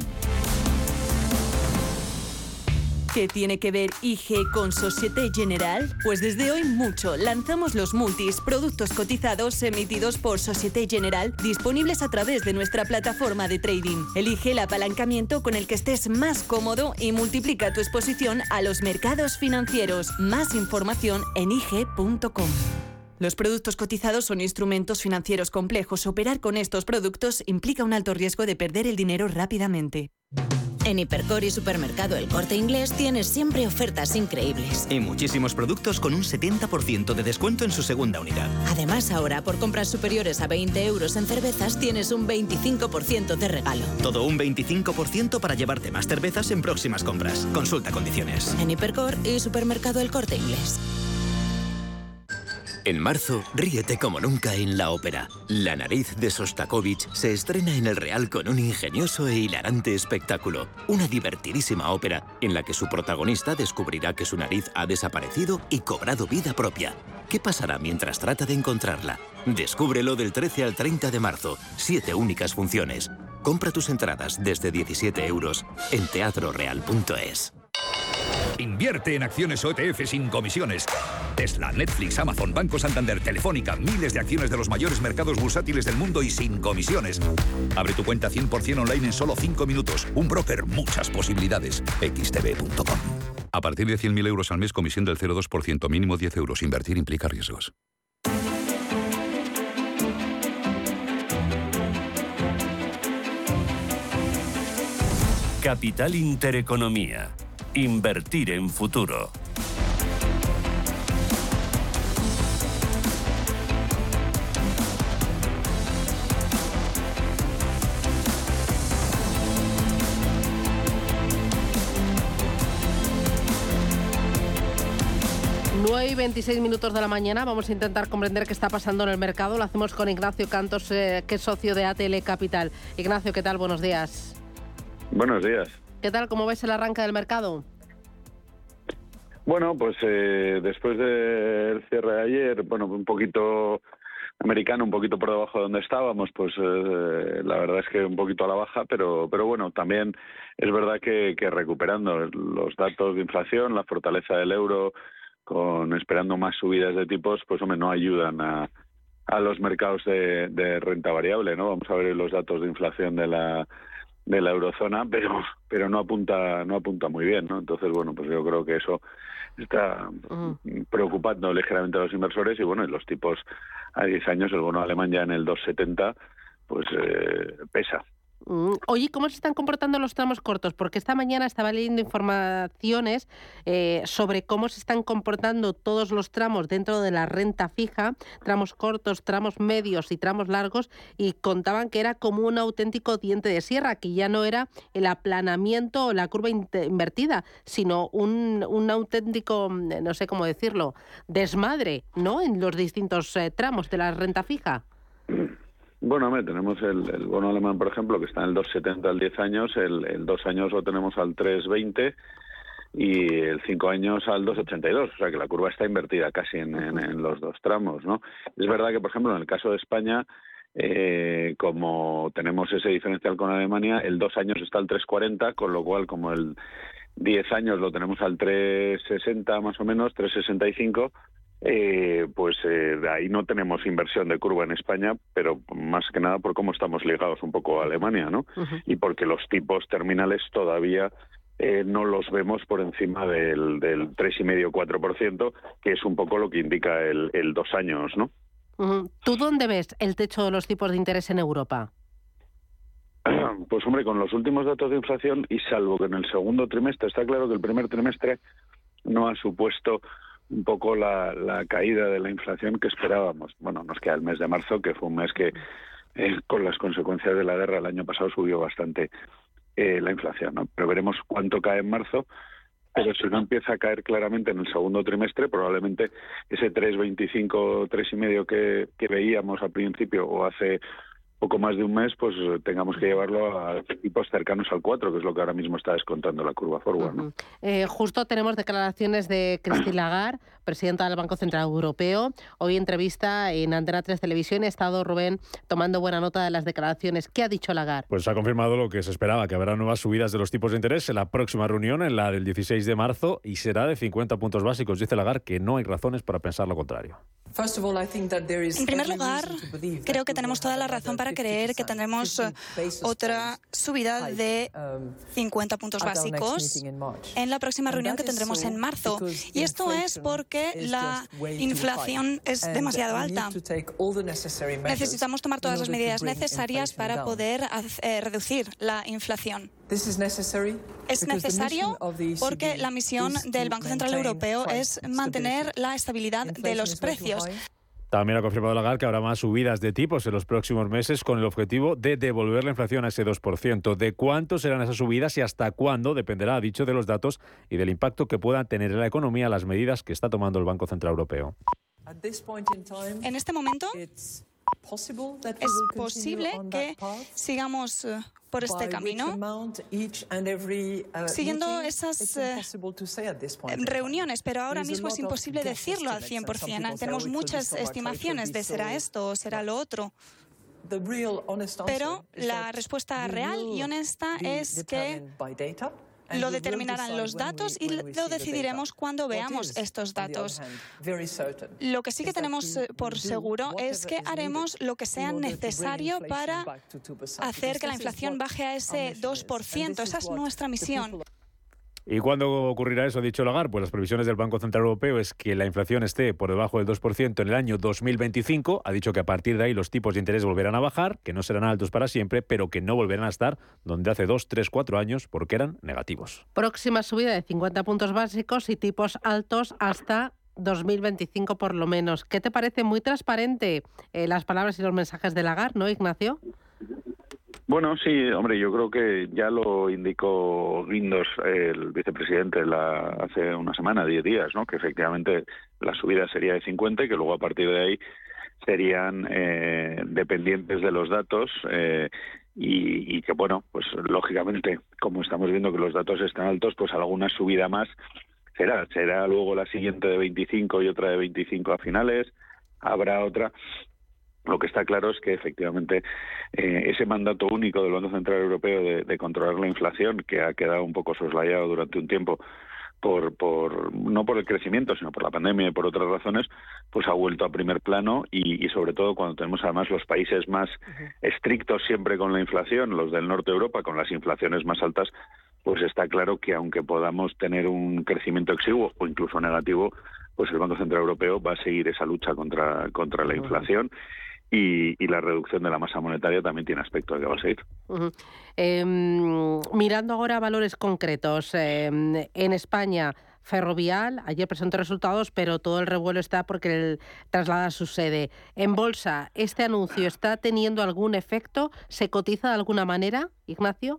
Speaker 15: ¿Qué tiene que ver I G con Société Générale? Pues desde hoy mucho. Lanzamos los multis, productos cotizados emitidos por Société Générale, disponibles a través de nuestra plataforma de trading. Elige el apalancamiento con el que estés más cómodo y multiplica tu exposición a los mercados financieros. Más información en i ge punto com. Los productos cotizados son instrumentos financieros complejos. Operar con estos productos implica un alto riesgo de perder el dinero rápidamente.
Speaker 16: En Hipercor y Supermercado El Corte Inglés tienes siempre ofertas increíbles.
Speaker 17: Y muchísimos productos con un setenta por ciento de descuento en su segunda unidad.
Speaker 16: Además, ahora por compras superiores a veinte euros en cervezas tienes un veinticinco por ciento de regalo.
Speaker 17: Todo un veinticinco por ciento para llevarte más cervezas en próximas compras. Consulta condiciones.
Speaker 16: En Hipercor y Supermercado El Corte Inglés.
Speaker 18: En marzo, ríete como nunca en la ópera. La nariz de Sostakovich se estrena en el Real con un ingenioso e hilarante espectáculo. Una divertidísima ópera en la que su protagonista descubrirá que su nariz ha desaparecido y cobrado vida propia. ¿Qué pasará mientras trata de encontrarla? Descúbrelo del trece al treinta de marzo. Siete únicas funciones. Compra tus entradas desde diecisiete euros en teatro real punto es.
Speaker 19: Invierte en acciones O E T F sin comisiones. Tesla, Netflix, Amazon, Banco Santander, Telefónica, miles de acciones de los mayores mercados bursátiles del mundo y sin comisiones. Abre tu cuenta cien por ciento online en solo cinco minutos. Un broker, muchas posibilidades. equis te be punto com. A partir de cien mil euros al mes, comisión del cero coma dos por ciento, mínimo diez euros. Invertir implica riesgos.
Speaker 1: Capital Intereconomía. Invertir en futuro.
Speaker 3: nueve y veintiséis minutos de la mañana. Vamos a intentar comprender qué está pasando en el mercado. Lo hacemos con Ignacio Cantos, eh, que es socio de A T L Capital. Ignacio, ¿qué tal? Buenos días.
Speaker 20: Buenos días.
Speaker 3: ¿Qué tal? ¿Cómo ves el arranque del mercado?
Speaker 20: Bueno, pues eh, después del cierre de ayer, bueno, un poquito americano, un poquito por debajo de donde estábamos, pues eh, la verdad es que un poquito a la baja, pero pero bueno, también es verdad que, que recuperando los datos de inflación, la fortaleza del euro, con esperando más subidas de tipos, pues hombre, no ayudan a, a los mercados de, de renta variable, ¿no? Vamos a ver los datos de inflación de la de la eurozona, pero pero no apunta no apunta muy bien, ¿no? Entonces, bueno, pues yo creo que eso está uh-huh. preocupando ligeramente a los inversores y bueno, y los tipos a diez años, el bono alemán ya en el dos coma setenta, pues eh, pesa.
Speaker 3: Oye, ¿cómo se están comportando los tramos cortos? Porque esta mañana estaba leyendo informaciones eh, sobre cómo se están comportando todos los tramos dentro de la renta fija, tramos cortos, tramos medios y tramos largos, y contaban que era como un auténtico diente de sierra, que ya no era el aplanamiento o la curva invertida, sino un, un auténtico, no sé cómo decirlo, desmadre, ¿no?, en los distintos eh, tramos de la renta fija.
Speaker 20: Bueno, hombre, tenemos el, el bono alemán, por ejemplo, que está en el dos coma setenta al diez años, el, el dos años lo tenemos al tres coma veinte y el cinco años al dos coma ochenta y dos, o sea que la curva está invertida casi en, en, en los dos tramos, ¿no? Es verdad que, por ejemplo, en el caso de España, eh, como tenemos ese diferencial con Alemania, el dos años está al tres coma cuarenta, con lo cual, como el diez años lo tenemos al tres coma sesenta más o menos, tres coma sesenta y cinco, Eh, pues eh, de ahí no tenemos inversión de curva en España, pero más que nada por cómo estamos ligados un poco a Alemania, ¿no? Uh-huh. Y porque los tipos terminales todavía eh, no los vemos por encima del, del tres coma cinco a cuatro por ciento, que es un poco lo que indica el, el dos años, ¿no?
Speaker 3: Uh-huh. ¿Tú dónde ves el techo de los tipos de interés en Europa?
Speaker 20: Pues hombre, con los últimos datos de inflación, y salvo que en el segundo trimestre, está claro que el primer trimestre no ha supuesto un poco la, la caída de la inflación que esperábamos. Bueno, nos queda el mes de marzo, que fue un mes que eh, con las consecuencias de la guerra el año pasado subió bastante eh, la inflación, ¿no? Pero veremos cuánto cae en marzo, pero si no empieza a caer claramente en el segundo trimestre, probablemente ese tres coma veinticinco, tres coma cinco que, que veíamos al principio o hace poco más de un mes, pues tengamos que llevarlo a tipos cercanos al cuatro, que es lo que ahora mismo está descontando la curva forward, ¿no?
Speaker 3: Uh-huh. Eh, justo tenemos declaraciones de Christine Lagarde, presidenta del Banco Central Europeo. Hoy entrevista en Antena tres Televisión. Ha estado Rubén tomando buena nota de las declaraciones. ¿Qué ha dicho Lagarde?
Speaker 6: Pues ha confirmado lo que se esperaba, que habrá nuevas subidas de los tipos de interés en la próxima reunión, en la del dieciséis de marzo, y será de cincuenta puntos básicos. Dice Lagarde que no hay razones para pensar lo contrario.
Speaker 21: En primer lugar, creo que tenemos toda la razón para a creer que tendremos otra subida de cincuenta puntos básicos en la próxima reunión que tendremos en marzo. Y esto es porque la inflación es demasiado alta. Necesitamos tomar todas las medidas necesarias para poder eh, reducir la inflación. Es necesario porque la misión del Banco Central Europeo es mantener la estabilidad de los precios.
Speaker 6: También ha confirmado Lagarde que habrá más subidas de tipos en los próximos meses con el objetivo de devolver la inflación a ese dos por ciento. ¿De cuánto serán esas subidas y hasta cuándo? Dependerá, ha dicho, de los datos y del impacto que puedan tener en la economía las medidas que está tomando el Banco Central Europeo.
Speaker 21: En este momento es posible que sigamos uh, por este camino, siguiendo esas uh, reuniones, pero ahora mismo es imposible decirlo al cien por cien. Tenemos muchas estimaciones de será esto o será lo otro. Pero la respuesta real y honesta es que lo determinarán los datos y lo decidiremos cuando veamos estos datos. Lo que sí que tenemos por seguro es que haremos lo que sea necesario para hacer que la inflación baje a ese dos por ciento. Esa es nuestra misión.
Speaker 6: ¿Y cuándo ocurrirá eso? Ha dicho Lagarde. Pues las previsiones del Banco Central Europeo es que la inflación esté por debajo del dos por ciento en el año dos mil veinticinco. Ha dicho que a partir de ahí los tipos de interés volverán a bajar, que no serán altos para siempre, pero que no volverán a estar donde hace dos, tres, cuatro años, porque eran negativos.
Speaker 3: Próxima subida de cincuenta puntos básicos y tipos altos hasta dos mil veinticinco por lo menos. ¿Qué te parece? Muy transparente eh, las palabras y los mensajes de Lagarde, ¿no, Ignacio?
Speaker 20: Bueno, sí, hombre, yo creo que ya lo indicó Guindos, el vicepresidente, la, hace una semana, diez días, ¿no? Que efectivamente la subida sería de cincuenta y que luego a partir de ahí serían eh, dependientes de los datos eh, y, y que, bueno, pues lógicamente, como estamos viendo que los datos están altos, pues alguna subida más será. Será luego la siguiente de veinticinco y otra de veinticinco a finales, habrá otra. Lo que está claro es que efectivamente eh, ese mandato único del Banco Central Europeo de, de controlar la inflación, que ha quedado un poco soslayado durante un tiempo por, por no por el crecimiento, sino por la pandemia y por otras razones, pues ha vuelto a primer plano y, y sobre todo cuando tenemos además los países más estrictos siempre con la inflación, los del norte de Europa, con las inflaciones más altas, pues está claro que aunque podamos tener un crecimiento exiguo o incluso negativo, pues el Banco Central Europeo va a seguir esa lucha contra, contra la inflación. Y, y la reducción de la masa monetaria también tiene aspecto de que va a seguir.
Speaker 3: Uh-huh. Eh, mirando ahora valores concretos, eh, en España, Ferrovial, ayer presentó resultados, pero todo el revuelo está porque él traslada su sede. En bolsa, ¿este anuncio está teniendo algún efecto? ¿Se cotiza de alguna manera, Ignacio?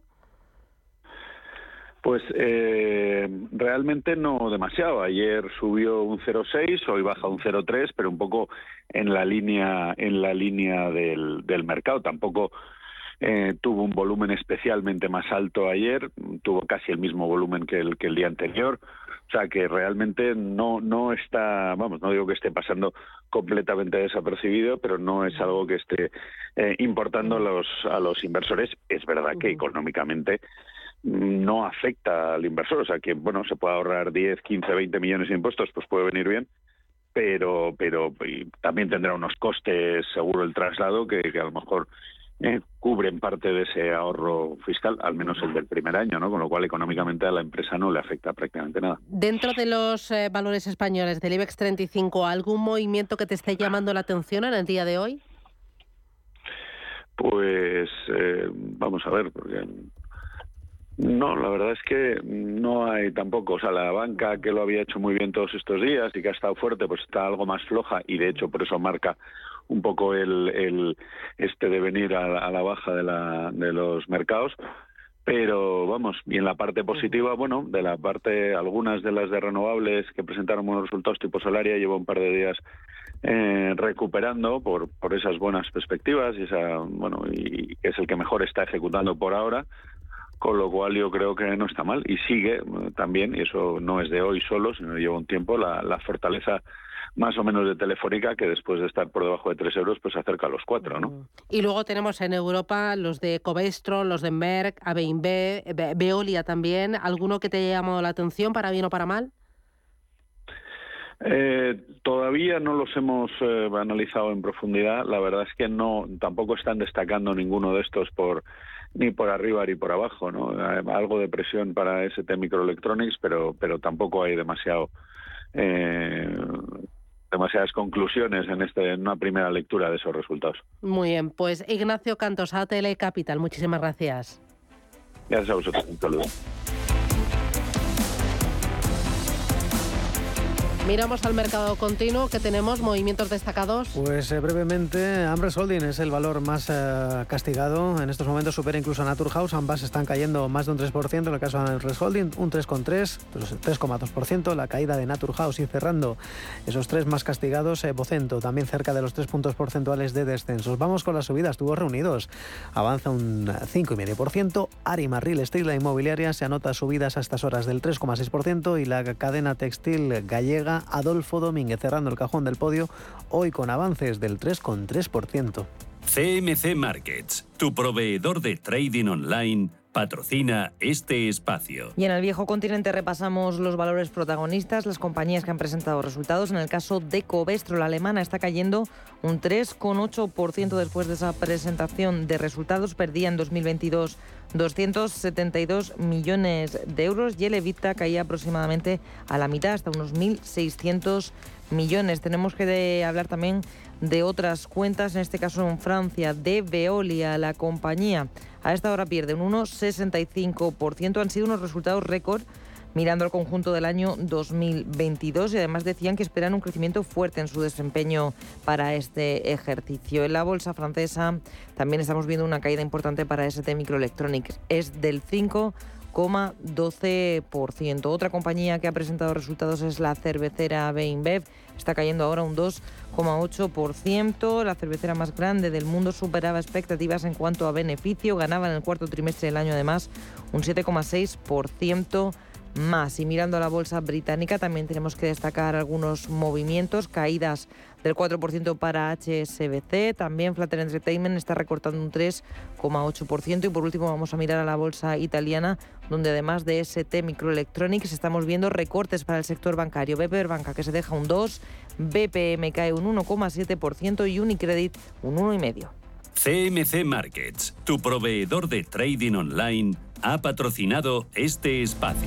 Speaker 20: Pues eh, realmente no demasiado. Ayer subió un cero coma seis, hoy baja un cero coma tres, pero un poco en la línea en la línea del, del mercado. Tampoco eh, tuvo un volumen especialmente más alto ayer, tuvo casi el mismo volumen que el que el día anterior. O sea que realmente no no está, vamos, no digo que esté pasando completamente desapercibido, pero no es algo que esté eh, importando a los a los inversores. Es verdad que económicamente no afecta al inversor, o sea que bueno, se puede ahorrar diez, quince, veinte millones de impuestos, pues puede venir bien, pero pero y también tendrá unos costes, seguro el traslado, que, que a lo mejor eh, cubren parte de ese ahorro fiscal, al menos el del primer año, ¿no? Con lo cual económicamente a la empresa no le afecta prácticamente nada.
Speaker 3: Dentro de los eh, valores españoles del IBEX treinta y cinco, ¿algún movimiento que te esté llamando la atención en el día de hoy?
Speaker 20: Pues eh, vamos a ver, porque no, la verdad es que no hay tampoco. O sea, la banca, que lo había hecho muy bien todos estos días y que ha estado fuerte, pues está algo más floja y de hecho por eso marca un poco el, el este devenir a, a la baja de, la, de los mercados. Pero vamos, y en la parte positiva, bueno, de la parte, algunas de las de renovables que presentaron buenos resultados tipo Solaria, lleva un par de días eh, recuperando por, por esas buenas perspectivas y esa, bueno, y es el que mejor está ejecutando por ahora. Con lo cual yo creo que no está mal y sigue también, y eso no es de hoy solo, sino lleva un tiempo, la, la fortaleza más o menos de Telefónica, que después de estar por debajo de tres euros, pues se acerca a los cuatro, ¿no?
Speaker 3: Y luego tenemos en Europa los de Covestro, los de Merck, A B I N B, Veolia también. ¿Alguno que te haya llamado la atención, para bien o para mal?
Speaker 20: Eh, todavía no los hemos eh, analizado en profundidad. La verdad es que no, tampoco están destacando ninguno de estos por ni por arriba ni por abajo, ¿no? Algo de presión para S T Microelectronics, pero pero tampoco hay demasiado eh, demasiadas conclusiones en este en una primera lectura de esos resultados.
Speaker 3: Muy bien, pues Ignacio Cantos, A T L Capital, muchísimas gracias.
Speaker 20: Gracias a vosotros, un saludo.
Speaker 3: Miramos al mercado continuo, que tenemos movimientos destacados.
Speaker 4: Pues eh, brevemente, Amres Holding es el valor más eh, castigado. En estos momentos supera incluso a Naturhaus. Ambas están cayendo más de un tres por ciento. En el caso de Amres Holding, un tres coma tres, tres coma dos por ciento. La caída de Naturhaus y cerrando esos tres más castigados, eh, Vocento, también cerca de los tres puntos porcentuales de descensos. Vamos con las subidas. Tubos Reunidos avanza un cinco coma cinco por ciento. Arima Real Estate, la inmobiliaria, se anota subidas a estas horas del tres coma seis por ciento. Y la cadena textil gallega Adolfo Domínguez cerrando el cajón del podio hoy con avances del tres coma tres por ciento.
Speaker 1: C M C Markets, tu proveedor de trading online, patrocina este espacio.
Speaker 5: Y en el viejo continente repasamos los valores protagonistas, las compañías que han presentado resultados. En el caso de Covestro, la alemana, está cayendo un tres coma ocho por ciento después de esa presentación de resultados. Perdía en dos mil veintidós doscientos setenta y dos millones de euros y el EBITDA caía aproximadamente a la mitad, hasta unos mil seiscientos millones. Tenemos que de hablar también de otras cuentas, en este caso en Francia, de Veolia, la compañía. A esta hora pierde un uno coma sesenta y cinco por ciento. Han sido unos resultados récord mirando al conjunto del año dos mil veintidós y además decían que esperan un crecimiento fuerte en su desempeño para este ejercicio. En la bolsa francesa también estamos viendo una caída importante para S T Microelectronics. Es del cinco coma doce por ciento. Otra compañía que ha presentado resultados es la cervecera BeinBev. Está cayendo ahora un dos coma ocho por ciento. La cervecera más grande del mundo superaba expectativas en cuanto a beneficio. Ganaba en el cuarto trimestre del año además un siete coma seis por ciento más. Y mirando a la bolsa británica también tenemos que destacar algunos movimientos, caídas del cuatro por ciento para H S B C, también Flutter Entertainment está recortando un tres coma ocho por ciento y por último vamos a mirar a la bolsa italiana, donde además de S T Microelectronics estamos viendo recortes para el sector bancario. B P R Banca que se deja un dos, B P M cae un uno coma siete por ciento y Unicredit un uno coma cinco por ciento.
Speaker 1: C M C Markets, tu proveedor de trading online, ha patrocinado este espacio.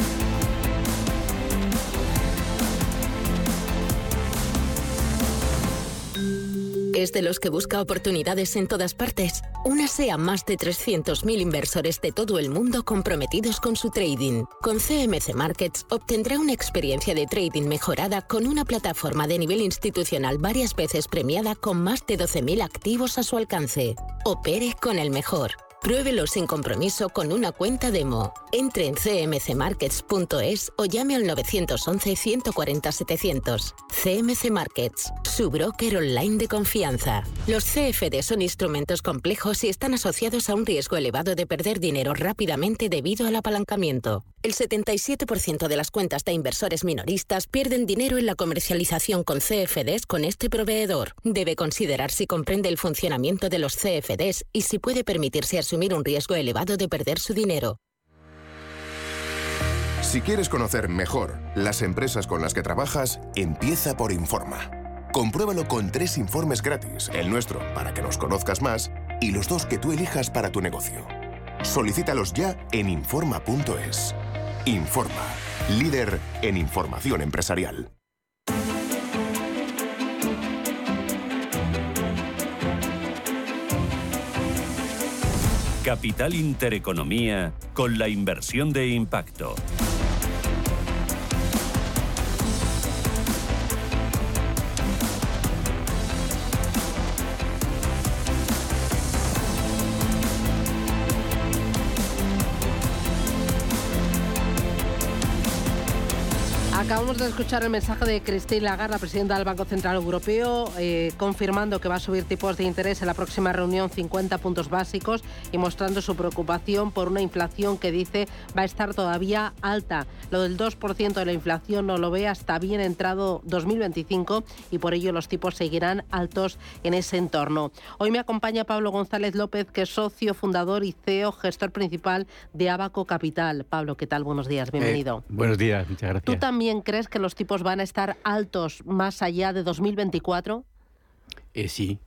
Speaker 8: ¿Es de los que busca oportunidades en todas partes? Únase a más de trescientos mil inversores de todo el mundo comprometidos con su trading. Con C M C Markets obtendrá una experiencia de trading mejorada con una plataforma de nivel institucional varias veces premiada con más de doce mil activos a su alcance. Opere con el mejor. Pruébelo sin compromiso con una cuenta demo. Entre en c m c markets punto es o llame al nueve once, ciento cuarenta, setecientos. C M C Markets, su broker online de confianza. Los C F D son instrumentos complejos y están asociados a un riesgo elevado de perder dinero rápidamente debido al apalancamiento. El setenta y siete por ciento de las cuentas de inversores minoristas pierden dinero en la comercialización con C F Ds con este proveedor. Debe considerar si comprende el funcionamiento de los C F Ds y si puede permitirse asumir un riesgo elevado de perder su dinero.
Speaker 2: Si quieres conocer mejor las empresas con las que trabajas, empieza por Informa. Compruébalo con tres informes gratis, el nuestro para que nos conozcas más y los dos que tú elijas para tu negocio. Solicítalos ya en Informa punto es. Informa, líder en información empresarial.
Speaker 1: Capital Intereconomía con la inversión de impacto.
Speaker 3: Acabamos de escuchar el mensaje de Christine Lagarde, la presidenta del Banco Central Europeo, eh, confirmando que va a subir tipos de interés en la próxima reunión cincuenta puntos básicos y mostrando su preocupación por una inflación que dice va a estar todavía alta. Lo del dos por ciento de la inflación no lo ve hasta bien entrado dos mil veinticinco y por ello los tipos seguirán altos en ese entorno. Hoy me acompaña Pablo González López, que es socio, fundador y C E O, gestor principal de Abaco Capital. Pablo, ¿qué tal? Buenos días, bienvenido.
Speaker 22: Eh, buenos días, muchas gracias.
Speaker 3: Tú también también crees que los tipos van a estar altos más allá de dos mil veinticuatro?
Speaker 7: Eh, sí.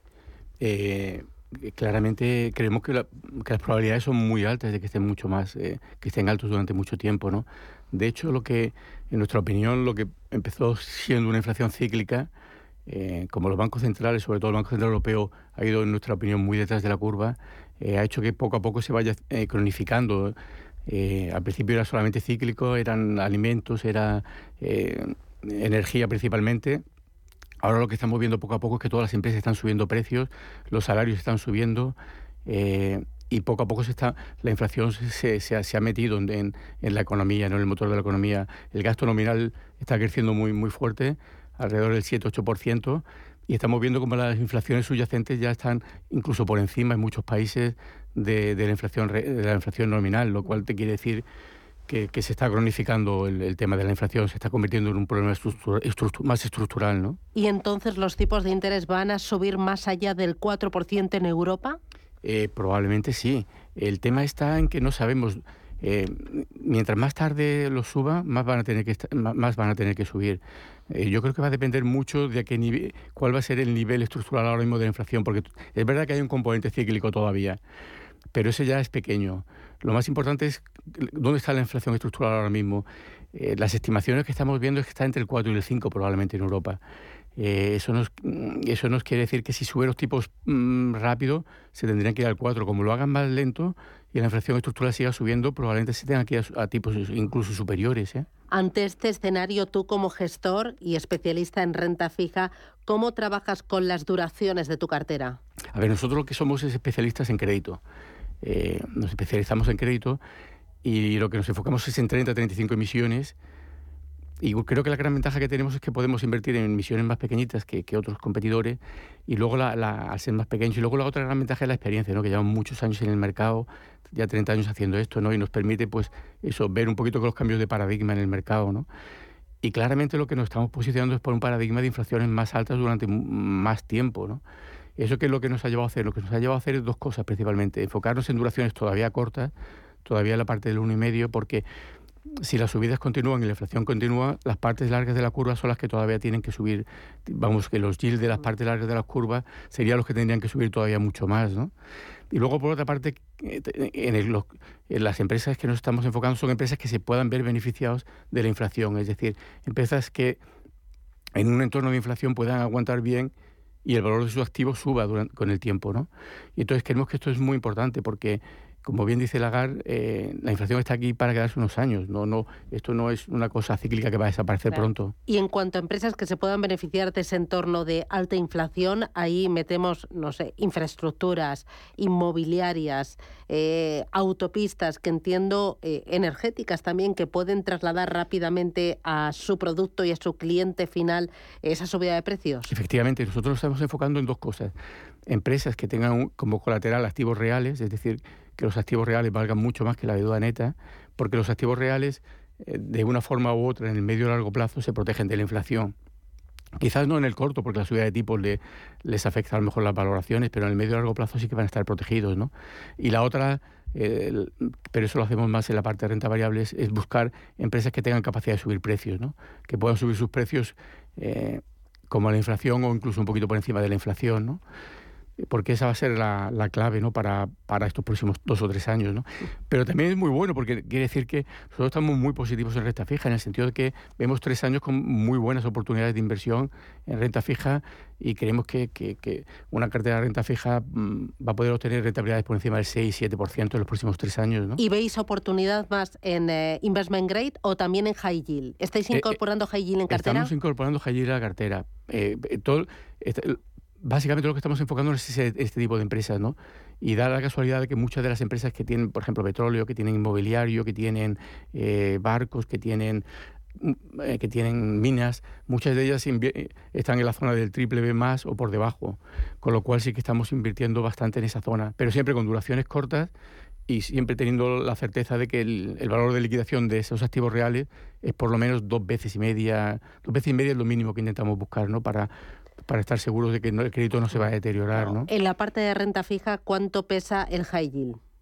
Speaker 7: Eh, claramente creemos que, la, que las probabilidades son muy altas de que estén mucho más, eh, que estén altos durante mucho tiempo, ¿no? De hecho, lo que, en nuestra opinión, lo que empezó siendo una inflación cíclica, eh, como los bancos centrales, sobre todo el Banco Central Europeo, ha ido, en nuestra opinión, muy detrás de la curva, eh, ha hecho que poco a poco se vaya eh, cronificando. Eh, al principio era solamente cíclico, eran alimentos, era eh, energía principalmente. Ahora lo que estamos viendo poco a poco es que todas las empresas están subiendo precios, los salarios están subiendo, eh, y poco a poco se está, la inflación se, se, ha, se ha metido en, en, en la economía, ¿no? En el motor de la economía. El gasto nominal está creciendo muy, muy fuerte, alrededor del siete a ocho por ciento, y estamos viendo como las inflaciones subyacentes ya están incluso por encima en muchos países de, de, la, inflación, de la inflación nominal, lo cual te quiere decir que, que se está cronificando el, el tema de la inflación, se está convirtiendo en un problema estructura, estructura, más estructural, ¿no?
Speaker 3: ¿Y entonces los tipos de interés van a subir más allá del cuatro por ciento en Europa?
Speaker 7: Eh, probablemente sí. El tema está en que no sabemos. Eh, mientras más tarde los suba, más van a tener que más van a tener que subir. Eh, yo creo que va a depender mucho de qué nivel, cuál va a ser el nivel estructural ahora mismo de la inflación, porque es verdad que hay un componente cíclico todavía, pero ese ya es pequeño. Lo más importante es dónde está la inflación estructural ahora mismo. Eh, las estimaciones que estamos viendo es que está entre el cuatro y el cinco probablemente en Europa. Eh, eso, nos, eso nos quiere decir que si suben los tipos mmm, rápido, se tendrían que ir al cuatro. Como lo hagan más lento y la inflación estructural siga subiendo, probablemente se tengan que ir a, a tipos incluso superiores, ¿eh?
Speaker 3: Ante este escenario, tú como gestor y especialista en renta fija, ¿cómo trabajas con las duraciones de tu cartera?
Speaker 7: A ver, nosotros lo que somos es especialistas en crédito. Eh, nos especializamos en crédito y lo que nos enfocamos es en treinta a treinta y cinco emisiones. Y creo que la gran ventaja que tenemos es que podemos invertir en emisiones más pequeñitas que, que otros competidores, y luego la, la, al ser más pequeños. Y luego la otra gran ventaja es la experiencia, ¿no? Que llevamos muchos años en el mercado, ya treinta años haciendo esto, ¿no? Y nos permite, pues, eso, ver un poquito con los cambios de paradigma en el mercado, ¿no? Y claramente lo que nos estamos posicionando es por un paradigma de inflaciones más altas durante más tiempo, ¿no? Eso que es lo que nos ha llevado a hacer. Lo que nos ha llevado a hacer es dos cosas principalmente. Enfocarnos en duraciones todavía cortas, todavía en la parte del uno y medio, porque si las subidas continúan y la inflación continúa, las partes largas de la curva son las que todavía tienen que subir. Vamos, que los yields de las partes largas de la curva serían los que tendrían que subir todavía mucho más, ¿no? Y luego, por otra parte, en, el, los, en las empresas que nos estamos enfocando son empresas que se puedan ver beneficiados de la inflación, es decir, empresas que en un entorno de inflación puedan aguantar bien y el valor de sus activos suba durante, con el tiempo, ¿no? Y entonces creemos que esto es muy importante porque, como bien dice Lagarde, eh, la inflación está aquí para quedarse unos años. No, no, esto no es una cosa cíclica que va a desaparecer claro. pronto.
Speaker 3: Y en cuanto a empresas que se puedan beneficiar de ese entorno de alta inflación, ahí metemos, no sé, infraestructuras, inmobiliarias, eh, autopistas, que entiendo, eh, energéticas también, que pueden trasladar rápidamente a su producto y a su cliente final esa subida de precios.
Speaker 7: Efectivamente, nosotros nos estamos enfocando en dos cosas. Empresas que tengan un, como colateral activos reales, es decir, que los activos reales valgan mucho más que la deuda neta, porque los activos reales, eh, de una forma u otra, en el medio y largo plazo, se protegen de la inflación. Quizás no en el corto, porque la subida de tipos le, les afecta a lo mejor las valoraciones, pero en el medio y largo plazo sí que van a estar protegidos, ¿no? Y la otra, eh, el, pero eso lo hacemos más en la parte de renta variable, es, es buscar empresas que tengan capacidad de subir precios, ¿no? Que puedan subir sus precios eh, como la inflación o incluso un poquito por encima de la inflación, ¿no? Porque esa va a ser la, la clave, ¿no? para, para estos próximos dos o tres años, ¿no? Pero también es muy bueno porque quiere decir que nosotros estamos muy positivos en renta fija, en el sentido de que vemos tres años con muy buenas oportunidades de inversión en renta fija y creemos que, que, que una cartera de renta fija mmm, va a poder obtener rentabilidades por encima del seis siete por ciento en los próximos tres años, ¿no?
Speaker 3: ¿Y veis oportunidad más en eh, investment grade o también en high yield? ¿Estáis incorporando eh, high yield en cartera?
Speaker 7: Estamos incorporando high yield a la cartera. Eh, todo... Este, Básicamente lo que estamos enfocando es ese, este tipo de empresas, ¿no? Y da la casualidad de que muchas de las empresas que tienen, por ejemplo, petróleo, que tienen inmobiliario, que tienen eh, barcos, que tienen eh, que tienen minas, muchas de ellas están en la zona del triple B más o por debajo, con lo cual sí que estamos invirtiendo bastante en esa zona, pero siempre con duraciones cortas y siempre teniendo la certeza de que el, el valor de liquidación de esos activos reales es por lo menos dos veces y media, dos veces y media es lo mínimo que intentamos buscar, ¿no? Para para estar seguros de que no, el crédito no se va a deteriorar, ¿no?
Speaker 3: En la parte de renta fija, ¿cuánto pesa el high yield?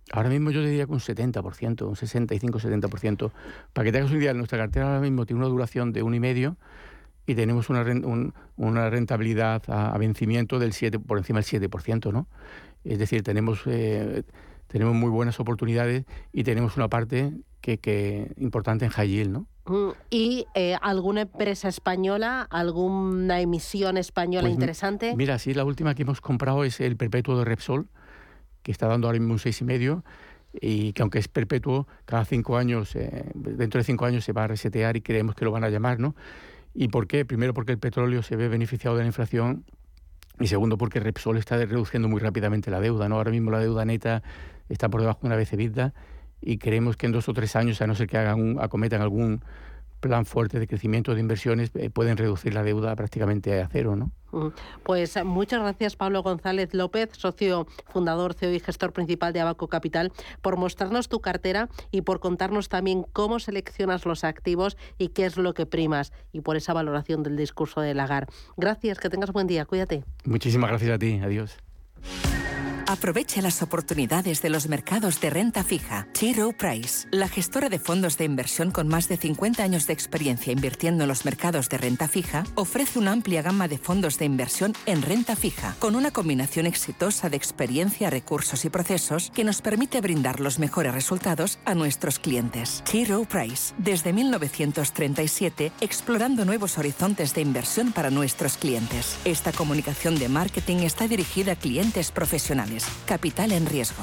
Speaker 7: Ahora mismo yo diría que un setenta por ciento, un sesenta y cinco a setenta por ciento. Para que te hagas una idea, nuestra cartera ahora mismo tiene una duración de uno y medio y tenemos una, un, una rentabilidad a, a vencimiento del siete, por encima del siete por ciento, ¿no? Es decir, tenemos, eh, tenemos muy buenas oportunidades y tenemos una parte que, que importante en high yield, ¿no?
Speaker 3: ¿Y eh, alguna empresa española, alguna emisión española
Speaker 7: Pues,
Speaker 3: interesante?
Speaker 7: Mira, sí, la última que hemos comprado es el perpetuo de Repsol, que está dando ahora mismo un seis y medio, y que aunque es perpetuo, cada cinco años, eh, dentro de cinco años se va a resetear y creemos que lo van a llamar, ¿no? ¿Y por qué? Primero porque el petróleo se ve beneficiado de la inflación y segundo porque Repsol está reduciendo muy rápidamente la deuda, ¿no? Ahora mismo la deuda neta está por debajo de una vez EBITDA y creemos que en dos o tres años, a no ser que hagan un, acometan algún plan fuerte de crecimiento de inversiones, eh, pueden reducir la deuda prácticamente a cero, ¿no?
Speaker 3: Pues muchas gracias, Pablo González López, socio fundador, C E O y gestor principal de Abaco Capital, por mostrarnos tu cartera y por contarnos también cómo seleccionas los activos y qué es lo que primas, y por esa valoración del discurso de Lagarde. Gracias, que tengas buen día, cuídate.
Speaker 7: Muchísimas gracias a ti, adiós.
Speaker 9: Aprovecha las oportunidades de los mercados de renta fija. T. Rowe Price, la gestora de fondos de inversión con más de cincuenta años de experiencia invirtiendo en los mercados de renta fija, ofrece una amplia gama de fondos de inversión en renta fija, con una combinación exitosa de experiencia, recursos y procesos que nos permite brindar los mejores resultados a nuestros clientes. T. Rowe Price, desde mil novecientos treinta y siete, explorando nuevos horizontes de inversión para nuestros clientes. Esta comunicación de marketing está dirigida a clientes profesionales. Capital en riesgo.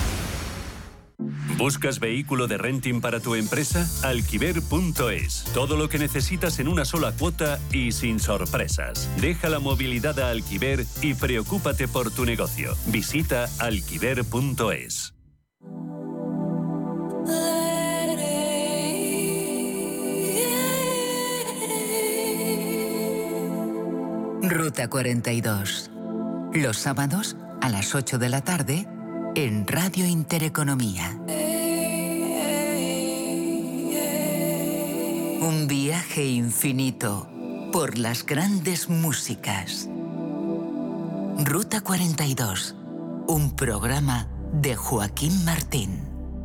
Speaker 1: ¿Buscas vehículo de renting para tu empresa? Alquiver punto es. Todo lo que necesitas en una sola cuota y sin sorpresas. Deja la movilidad a Alquiver y preocúpate por tu negocio. Visita alquiver punto es.
Speaker 22: Ruta cuarenta y dos. Los sábados a las ocho de la tarde en Radio Intereconomía. Un viaje infinito por las grandes músicas. Ruta cuarenta y dos, un programa de Joaquín Martín.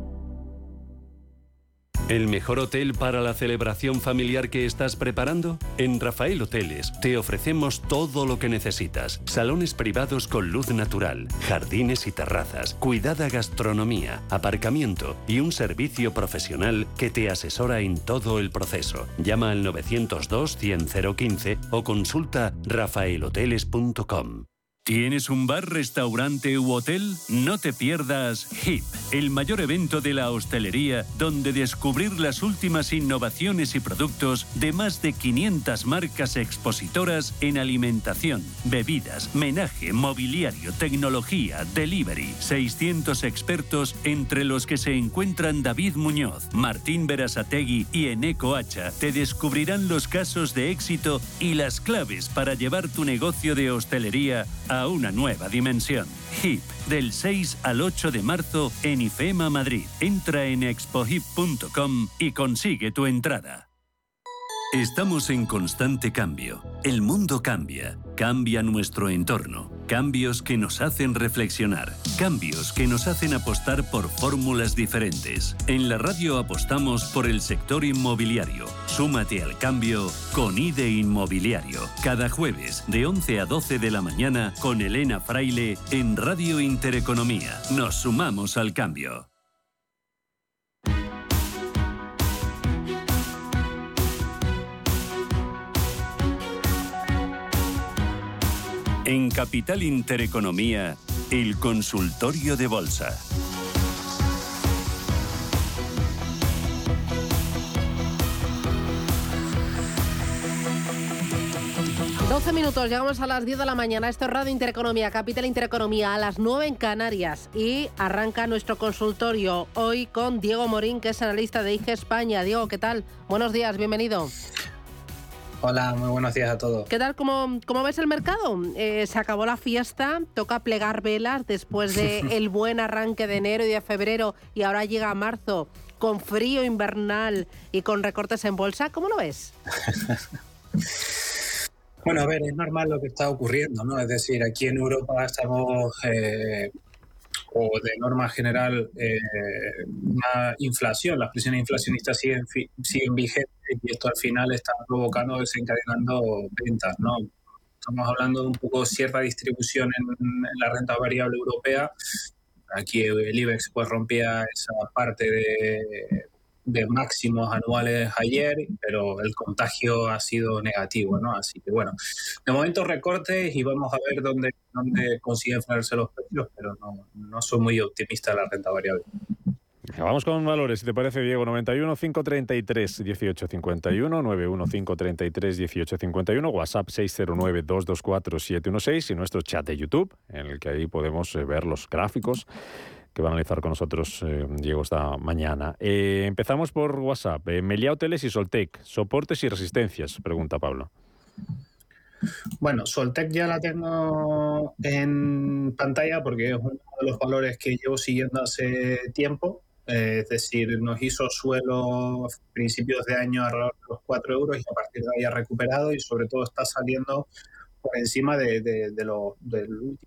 Speaker 1: ¿El mejor hotel para la celebración familiar que estás preparando? En Rafael Hoteles te ofrecemos todo lo que necesitas. Salones privados con luz natural, jardines y terrazas, cuidada gastronomía, aparcamiento y un servicio profesional que te asesora en todo el proceso. Llama al novecientos dos, cien, cero quince o consulta rafael hoteles punto com. ¿Tienes un bar, restaurante u hotel? No te pierdas H I P, el mayor evento de la hostelería, donde descubrir las últimas innovaciones y productos de más de quinientas marcas expositoras en alimentación, bebidas, menaje, mobiliario, tecnología, delivery. seiscientos expertos, entre los que se encuentran David Muñoz, Martín Berasategui y Eneco Hacha, te descubrirán los casos de éxito y las claves para llevar tu negocio de hostelería a una nueva dimensión. H I P, del seis al ocho de marzo en IFEMA Madrid. Entra en expo hip punto com y consigue tu entrada. Estamos en constante cambio. El mundo cambia. Cambia nuestro entorno. Cambios que nos hacen reflexionar. Cambios que nos hacen apostar por fórmulas diferentes. En la radio apostamos por el sector inmobiliario. Súmate al cambio con I D E Inmobiliario. Cada jueves de once a doce de la mañana con Elena Fraile en Radio Intereconomía. Nos sumamos al cambio. En Capital Intereconomía, el consultorio de bolsa.
Speaker 3: doce minutos, llegamos a las diez de la mañana. Esto es Radio Intereconomía, Capital Intereconomía, a las nueve en Canarias. Y arranca nuestro consultorio hoy con Diego Morín, que es analista de I G España. Diego, ¿qué tal? Buenos días, bienvenido.
Speaker 23: Hola, muy buenos días a todos.
Speaker 3: ¿Qué tal? ¿Cómo, cómo ves el mercado? Eh, se acabó la fiesta, toca plegar velas después del buen arranque de enero y de febrero, y ahora llega marzo con frío invernal y con recortes en bolsa. ¿Cómo lo ves?
Speaker 23: Bueno, a ver, es normal lo que está ocurriendo, ¿no? Es decir, aquí en Europa estamos eh, o de norma general eh, una inflación, las presiones inflacionistas siguen, siguen vigentes y esto al final está provocando, desencadenando ventas, ¿no? Estamos hablando de un poco cierta distribución en, en la renta variable europea. Aquí el IBEX pues rompía esa parte de, de máximos anuales ayer, pero el contagio ha sido negativo, ¿no? Así que bueno, de momento recortes y vamos a ver dónde, dónde consiguen frenarse los precios, pero no, no soy muy optimista de la renta variable.
Speaker 6: Vamos con valores, si te parece, Diego. noventa y uno, cinco treinta y tres, dieciocho cincuenta y uno, noventa y uno, cinco treinta y tres, dieciocho cincuenta y uno, WhatsApp seis cero nueve, dos dos cuatro, siete uno seis y nuestro chat de YouTube, en el que ahí podemos eh, ver los gráficos que va a analizar con nosotros eh, Diego esta mañana. Eh, empezamos por WhatsApp. Eh, Meliá Hoteles y Soltec, soportes y resistencias, pregunta Pablo.
Speaker 23: Bueno, Soltec ya la tengo en pantalla porque es uno de los valores que llevo siguiendo hace tiempo. Eh, es decir, nos hizo suelo a principios de año alrededor de los cuatro euros y a partir de ahí ha recuperado y sobre todo está saliendo por encima de, de, de lo, del último.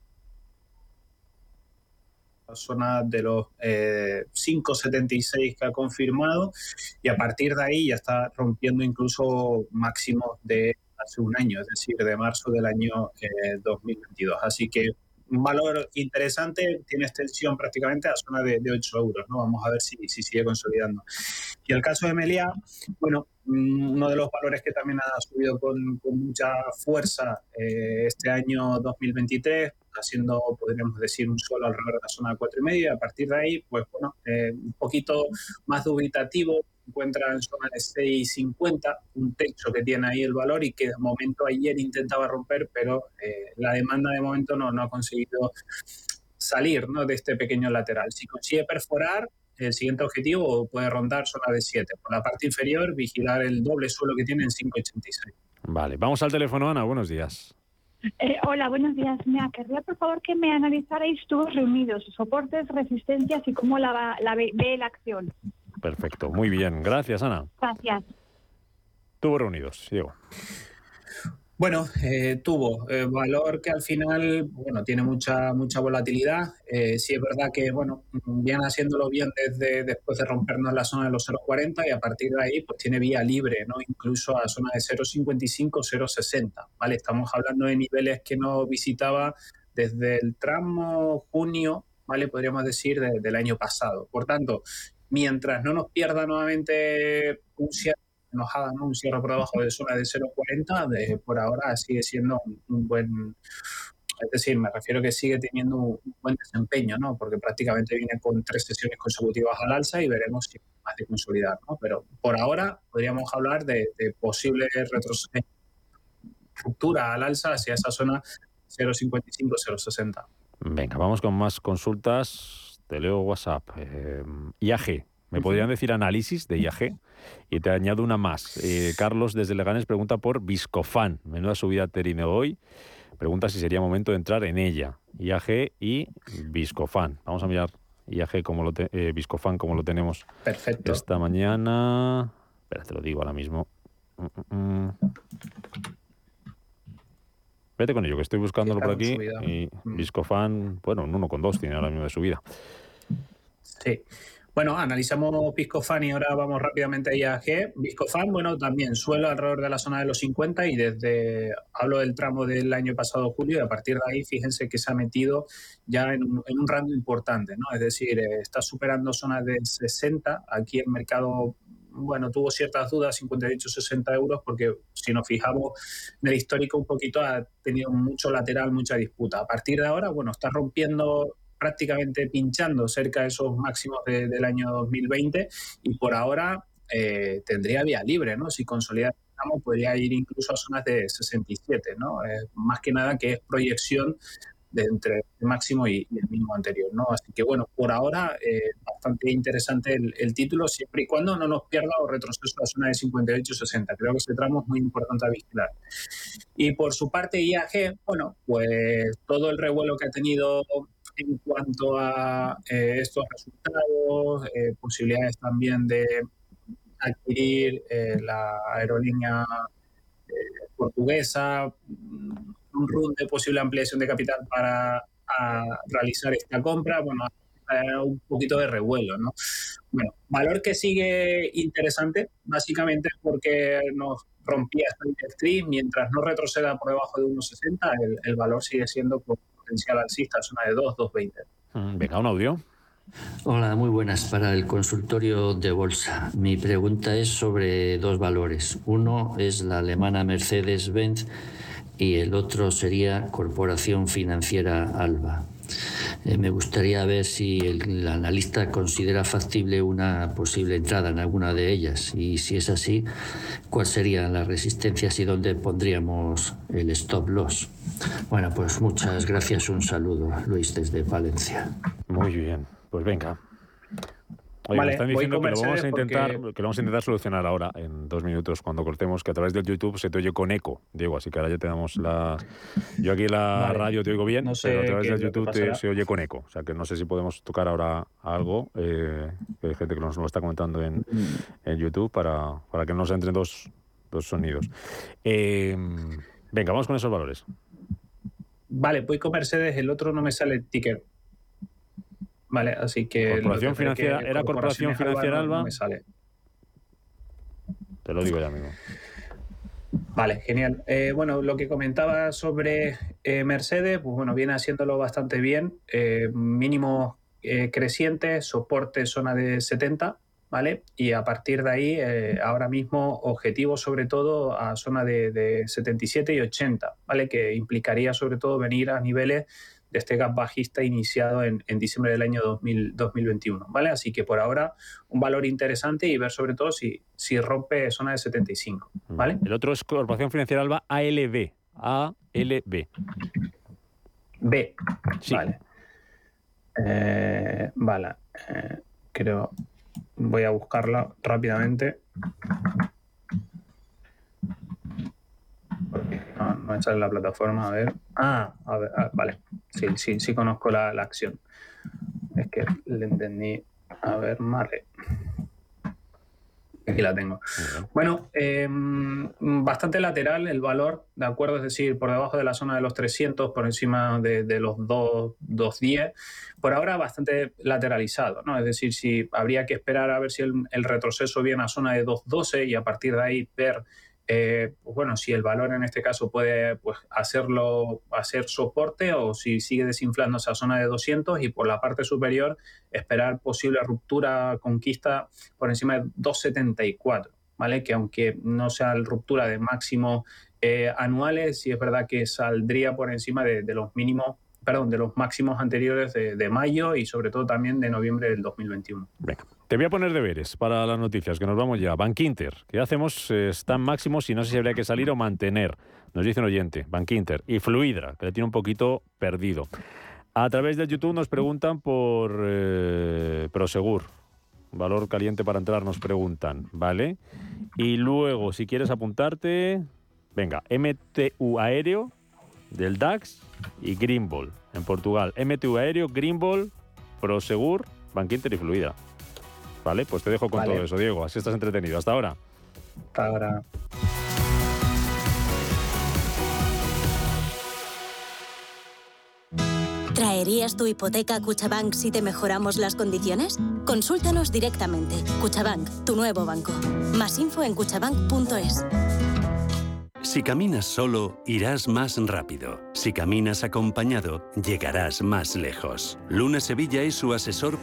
Speaker 23: La zona de los eh, cinco setenta y seis que ha confirmado y a partir de ahí ya está rompiendo incluso máximos de hace un año, es decir, de marzo del año eh, dos mil veintidós. Así que un valor interesante, tiene extensión prácticamente a la zona de, de ocho euros, ¿no? Vamos a ver si, si sigue consolidando. Y el caso de Meliá, bueno, uno de los valores que también ha subido con, con mucha fuerza eh, este año dos mil veintitrés, haciendo, podríamos decir, un suelo alrededor de la zona de cuatro y medio. A partir de ahí, pues bueno, eh, un poquito más dubitativo, encuentra en zona de seis cincuenta, un techo que tiene ahí el valor y que de momento ayer intentaba romper, pero eh, la demanda de momento no, no ha conseguido salir, ¿no?, de este pequeño lateral. Si consigue perforar, el siguiente objetivo puede rondar zona de siete. Por la parte inferior, vigilar el doble suelo que tiene en cinco ochenta y seis.
Speaker 6: Vale, vamos al teléfono, Ana, buenos días.
Speaker 10: Eh, hola, buenos días. Mira, querría por favor que me analizarais tubos reunidos, soportes, resistencias y cómo la, la ve, ve la acción.
Speaker 6: Perfecto, muy bien. Gracias, Ana.
Speaker 10: Gracias.
Speaker 6: Tubos reunidos, Diego.
Speaker 23: Bueno, eh, tuvo eh, valor que al final, bueno, tiene mucha mucha volatilidad. Eh, sí es verdad que, bueno, viene haciéndolo bien desde después de rompernos la zona de los cero cuarenta y a partir de ahí, pues tiene vía libre, ¿no? Incluso a la zona de cero cincuenta y cinco, cero sesenta, ¿vale? Estamos hablando de niveles que no visitaba desde el tramo junio, ¿vale? Podríamos decir de, del año pasado. Por tanto, mientras no nos pierda nuevamente un cierre enojada, ¿no?, un cierre por debajo de zona de cero cuarenta, de, por ahora sigue siendo un, un buen, es decir, me refiero que sigue teniendo un, un buen desempeño, ¿no?, porque prácticamente viene con tres sesiones consecutivas al alza y veremos si más de consolidar, ¿no? Pero por ahora podríamos hablar de, de posible retroceso, ruptura al alza hacia esa zona cero cincuenta y cinco, cero sesenta.
Speaker 6: Venga, vamos con más consultas. Te leo WhatsApp. Eh, I A G. ¿Me podrían decir análisis de I A G? Y te añado una más. Eh, Carlos desde Leganés pregunta por Viscofan. Menuda subida ha tenido hoy. Pregunta si sería momento de entrar en ella. I A G y Viscofan. Vamos a mirar I A G como lo te, eh, Viscofan como lo tenemos.
Speaker 23: Perfecto.
Speaker 6: Esta mañana. Espera, te lo digo ahora mismo. Mm, mm. Vete con ello, que estoy buscándolo por aquí. Y Viscofan, bueno, un uno coma dos tiene ahora mismo de subida.
Speaker 23: Sí. Bueno, analizamos Viscofan y ahora vamos rápidamente a I A G. Viscofan, bueno, también suelo alrededor de la zona de los cincuenta y desde, hablo del tramo del año pasado julio y a partir de ahí fíjense que se ha metido ya en un, en un rango importante, ¿no? Es decir, eh, está superando zonas de sesenta. Aquí el mercado, bueno, tuvo ciertas dudas, cincuenta y ocho, sesenta euros, porque si nos fijamos en el histórico un poquito ha tenido mucho lateral, mucha disputa. A partir de ahora, bueno, está rompiendo, prácticamente pinchando cerca de esos máximos de, del año dos mil veinte y por ahora eh, tendría vía libre, ¿no? Si consolida, podría ir incluso a zonas de sesenta y siete, ¿no? Eh, más que nada que es proyección de entre el máximo y, y el mínimo anterior, ¿no? Así que bueno, por ahora eh, bastante interesante el, el título, siempre y cuando no nos pierda o retroceso a la zona de cincuenta y ocho sesenta. Creo que ese tramo es muy importante a vigilar. Y por su parte I A G, bueno, pues todo el revuelo que ha tenido en cuanto a eh, estos resultados, eh, posibilidades también de adquirir eh, la aerolínea eh, portuguesa, un run de posible ampliación de capital para a realizar esta compra, bueno, a un poquito de revuelo, ¿no? Bueno, valor que sigue interesante, básicamente porque nos rompía esta directriz, mientras no retroceda por debajo de uno sesenta, el, el valor sigue siendo con potencial alcista, zona de dos, dos veinte.
Speaker 6: Venga, un audio.
Speaker 11: Hola, muy buenas. Para el consultorio de bolsa, mi pregunta es sobre dos valores. Uno es la alemana Mercedes-Benz y el otro sería Corporación Financiera Alba. Eh, me gustaría ver si el, el analista considera factible una posible entrada en alguna de ellas y si es así, ¿cuáles serían las resistencias y dónde pondríamos el stop loss? Bueno, pues muchas gracias, un saludo, Luis, desde Valencia.
Speaker 6: Muy bien, pues venga. Oye,
Speaker 23: Vale,
Speaker 6: me están
Speaker 23: voy
Speaker 6: diciendo
Speaker 23: con
Speaker 6: que lo, vamos a intentar,
Speaker 23: porque-
Speaker 6: que lo vamos a intentar solucionar ahora, en dos minutos, cuando cortemos, que a través del YouTube se te oye con eco, Diego, así que ahora ya te damos la... Yo aquí en la
Speaker 23: Vale.
Speaker 6: radio te oigo bien,
Speaker 23: No sé
Speaker 6: pero a través
Speaker 23: qué
Speaker 6: del
Speaker 23: es lo que
Speaker 6: YouTube te-
Speaker 23: pasará.
Speaker 6: se oye con eco, o sea que no sé si podemos tocar ahora algo, eh, que hay gente que nos lo está comentando en, en YouTube, para, para que nos entren dos, dos sonidos. Eh, venga, vamos con esos valores.
Speaker 23: Vale, voy con Mercedes, el otro no me sale el ticker. Vale, así que...
Speaker 6: Corporación
Speaker 23: lo tendré que-
Speaker 6: Financiera- ¿era Corporación
Speaker 23: Corporaciones
Speaker 6: Financiera
Speaker 23: no-
Speaker 6: Alba?
Speaker 23: No me sale.
Speaker 6: Te lo digo ya mismo.
Speaker 23: Vale, genial. Eh, bueno, lo que comentaba sobre eh, Mercedes, pues bueno, viene haciéndolo bastante bien. Eh, mínimo eh, creciente, soporte zona de setenta, ¿vale? Y a partir de ahí, eh, ahora mismo, objetivo sobre todo a zona de, de setenta y siete y ochenta, ¿vale? Que implicaría sobre todo venir a niveles de este gap bajista iniciado en, en diciembre del año dos mil, dos mil veintiuno, ¿vale? Así que por ahora un valor interesante y ver sobre todo si, si rompe zona de setenta y cinco, ¿vale?
Speaker 6: El otro es Corporación Financiera Alba A L B. A L B.
Speaker 23: B. Vale. Eh, vale. Eh, creo. Voy a buscarla rápidamente. Porque no, no me sale la plataforma. A ver. Ah, a ver. ah, vale. Sí, sí, sí conozco la, la acción. Es que le entendí. A ver, vale. Aquí la tengo. Bueno, eh, bastante lateral el valor, ¿de acuerdo? Es decir, por debajo de la zona de los trescientos, por encima de, de los dos, dos diez. Por ahora bastante lateralizado, ¿no? Es decir, si habría que esperar a ver si el, el retroceso viene a zona de dos doce y a partir de ahí ver, eh, pues bueno, si el valor en este caso puede pues, hacerlo, hacer soporte o si sigue desinflándose a zona de doscientos y por la parte superior esperar posible ruptura, conquista por encima de dos setenta y cuatro, ¿vale? Que aunque no sea la ruptura de máximos eh, anuales, sí es verdad que saldría por encima de, de los mínimos, perdón, de los máximos anteriores de, de mayo y sobre todo también de noviembre del dos mil veintiuno.
Speaker 6: Venga. Te voy a poner deberes para las noticias, que nos vamos ya. Bankinter, ¿qué hacemos? Eh, están máximos y no sé si habría que salir o mantener. Nos dice un oyente, Bankinter. Y Fluidra, que le tiene un poquito perdido. A través de YouTube nos preguntan por eh, Prosegur. Valor caliente para entrar, nos preguntan, ¿vale? Y luego, si quieres apuntarte, venga, M T U Aéreo del DAX y Greenball en Portugal. M T U Aéreo, Greenball, Prosegur, Bankinter y Fluidra. Vale, pues te dejo con
Speaker 23: Vale.
Speaker 6: todo eso, Diego. Así estás entretenido. Hasta ahora.
Speaker 23: Hasta ahora.
Speaker 12: ¿Traerías tu hipoteca a Cuchabank si te mejoramos las condiciones? Consúltanos directamente. Cuchabank, tu nuevo banco. Más info en cuchabank punto es.
Speaker 1: Si caminas solo, irás más rápido. Si caminas acompañado, llegarás más lejos. Luna Sevilla es su asesor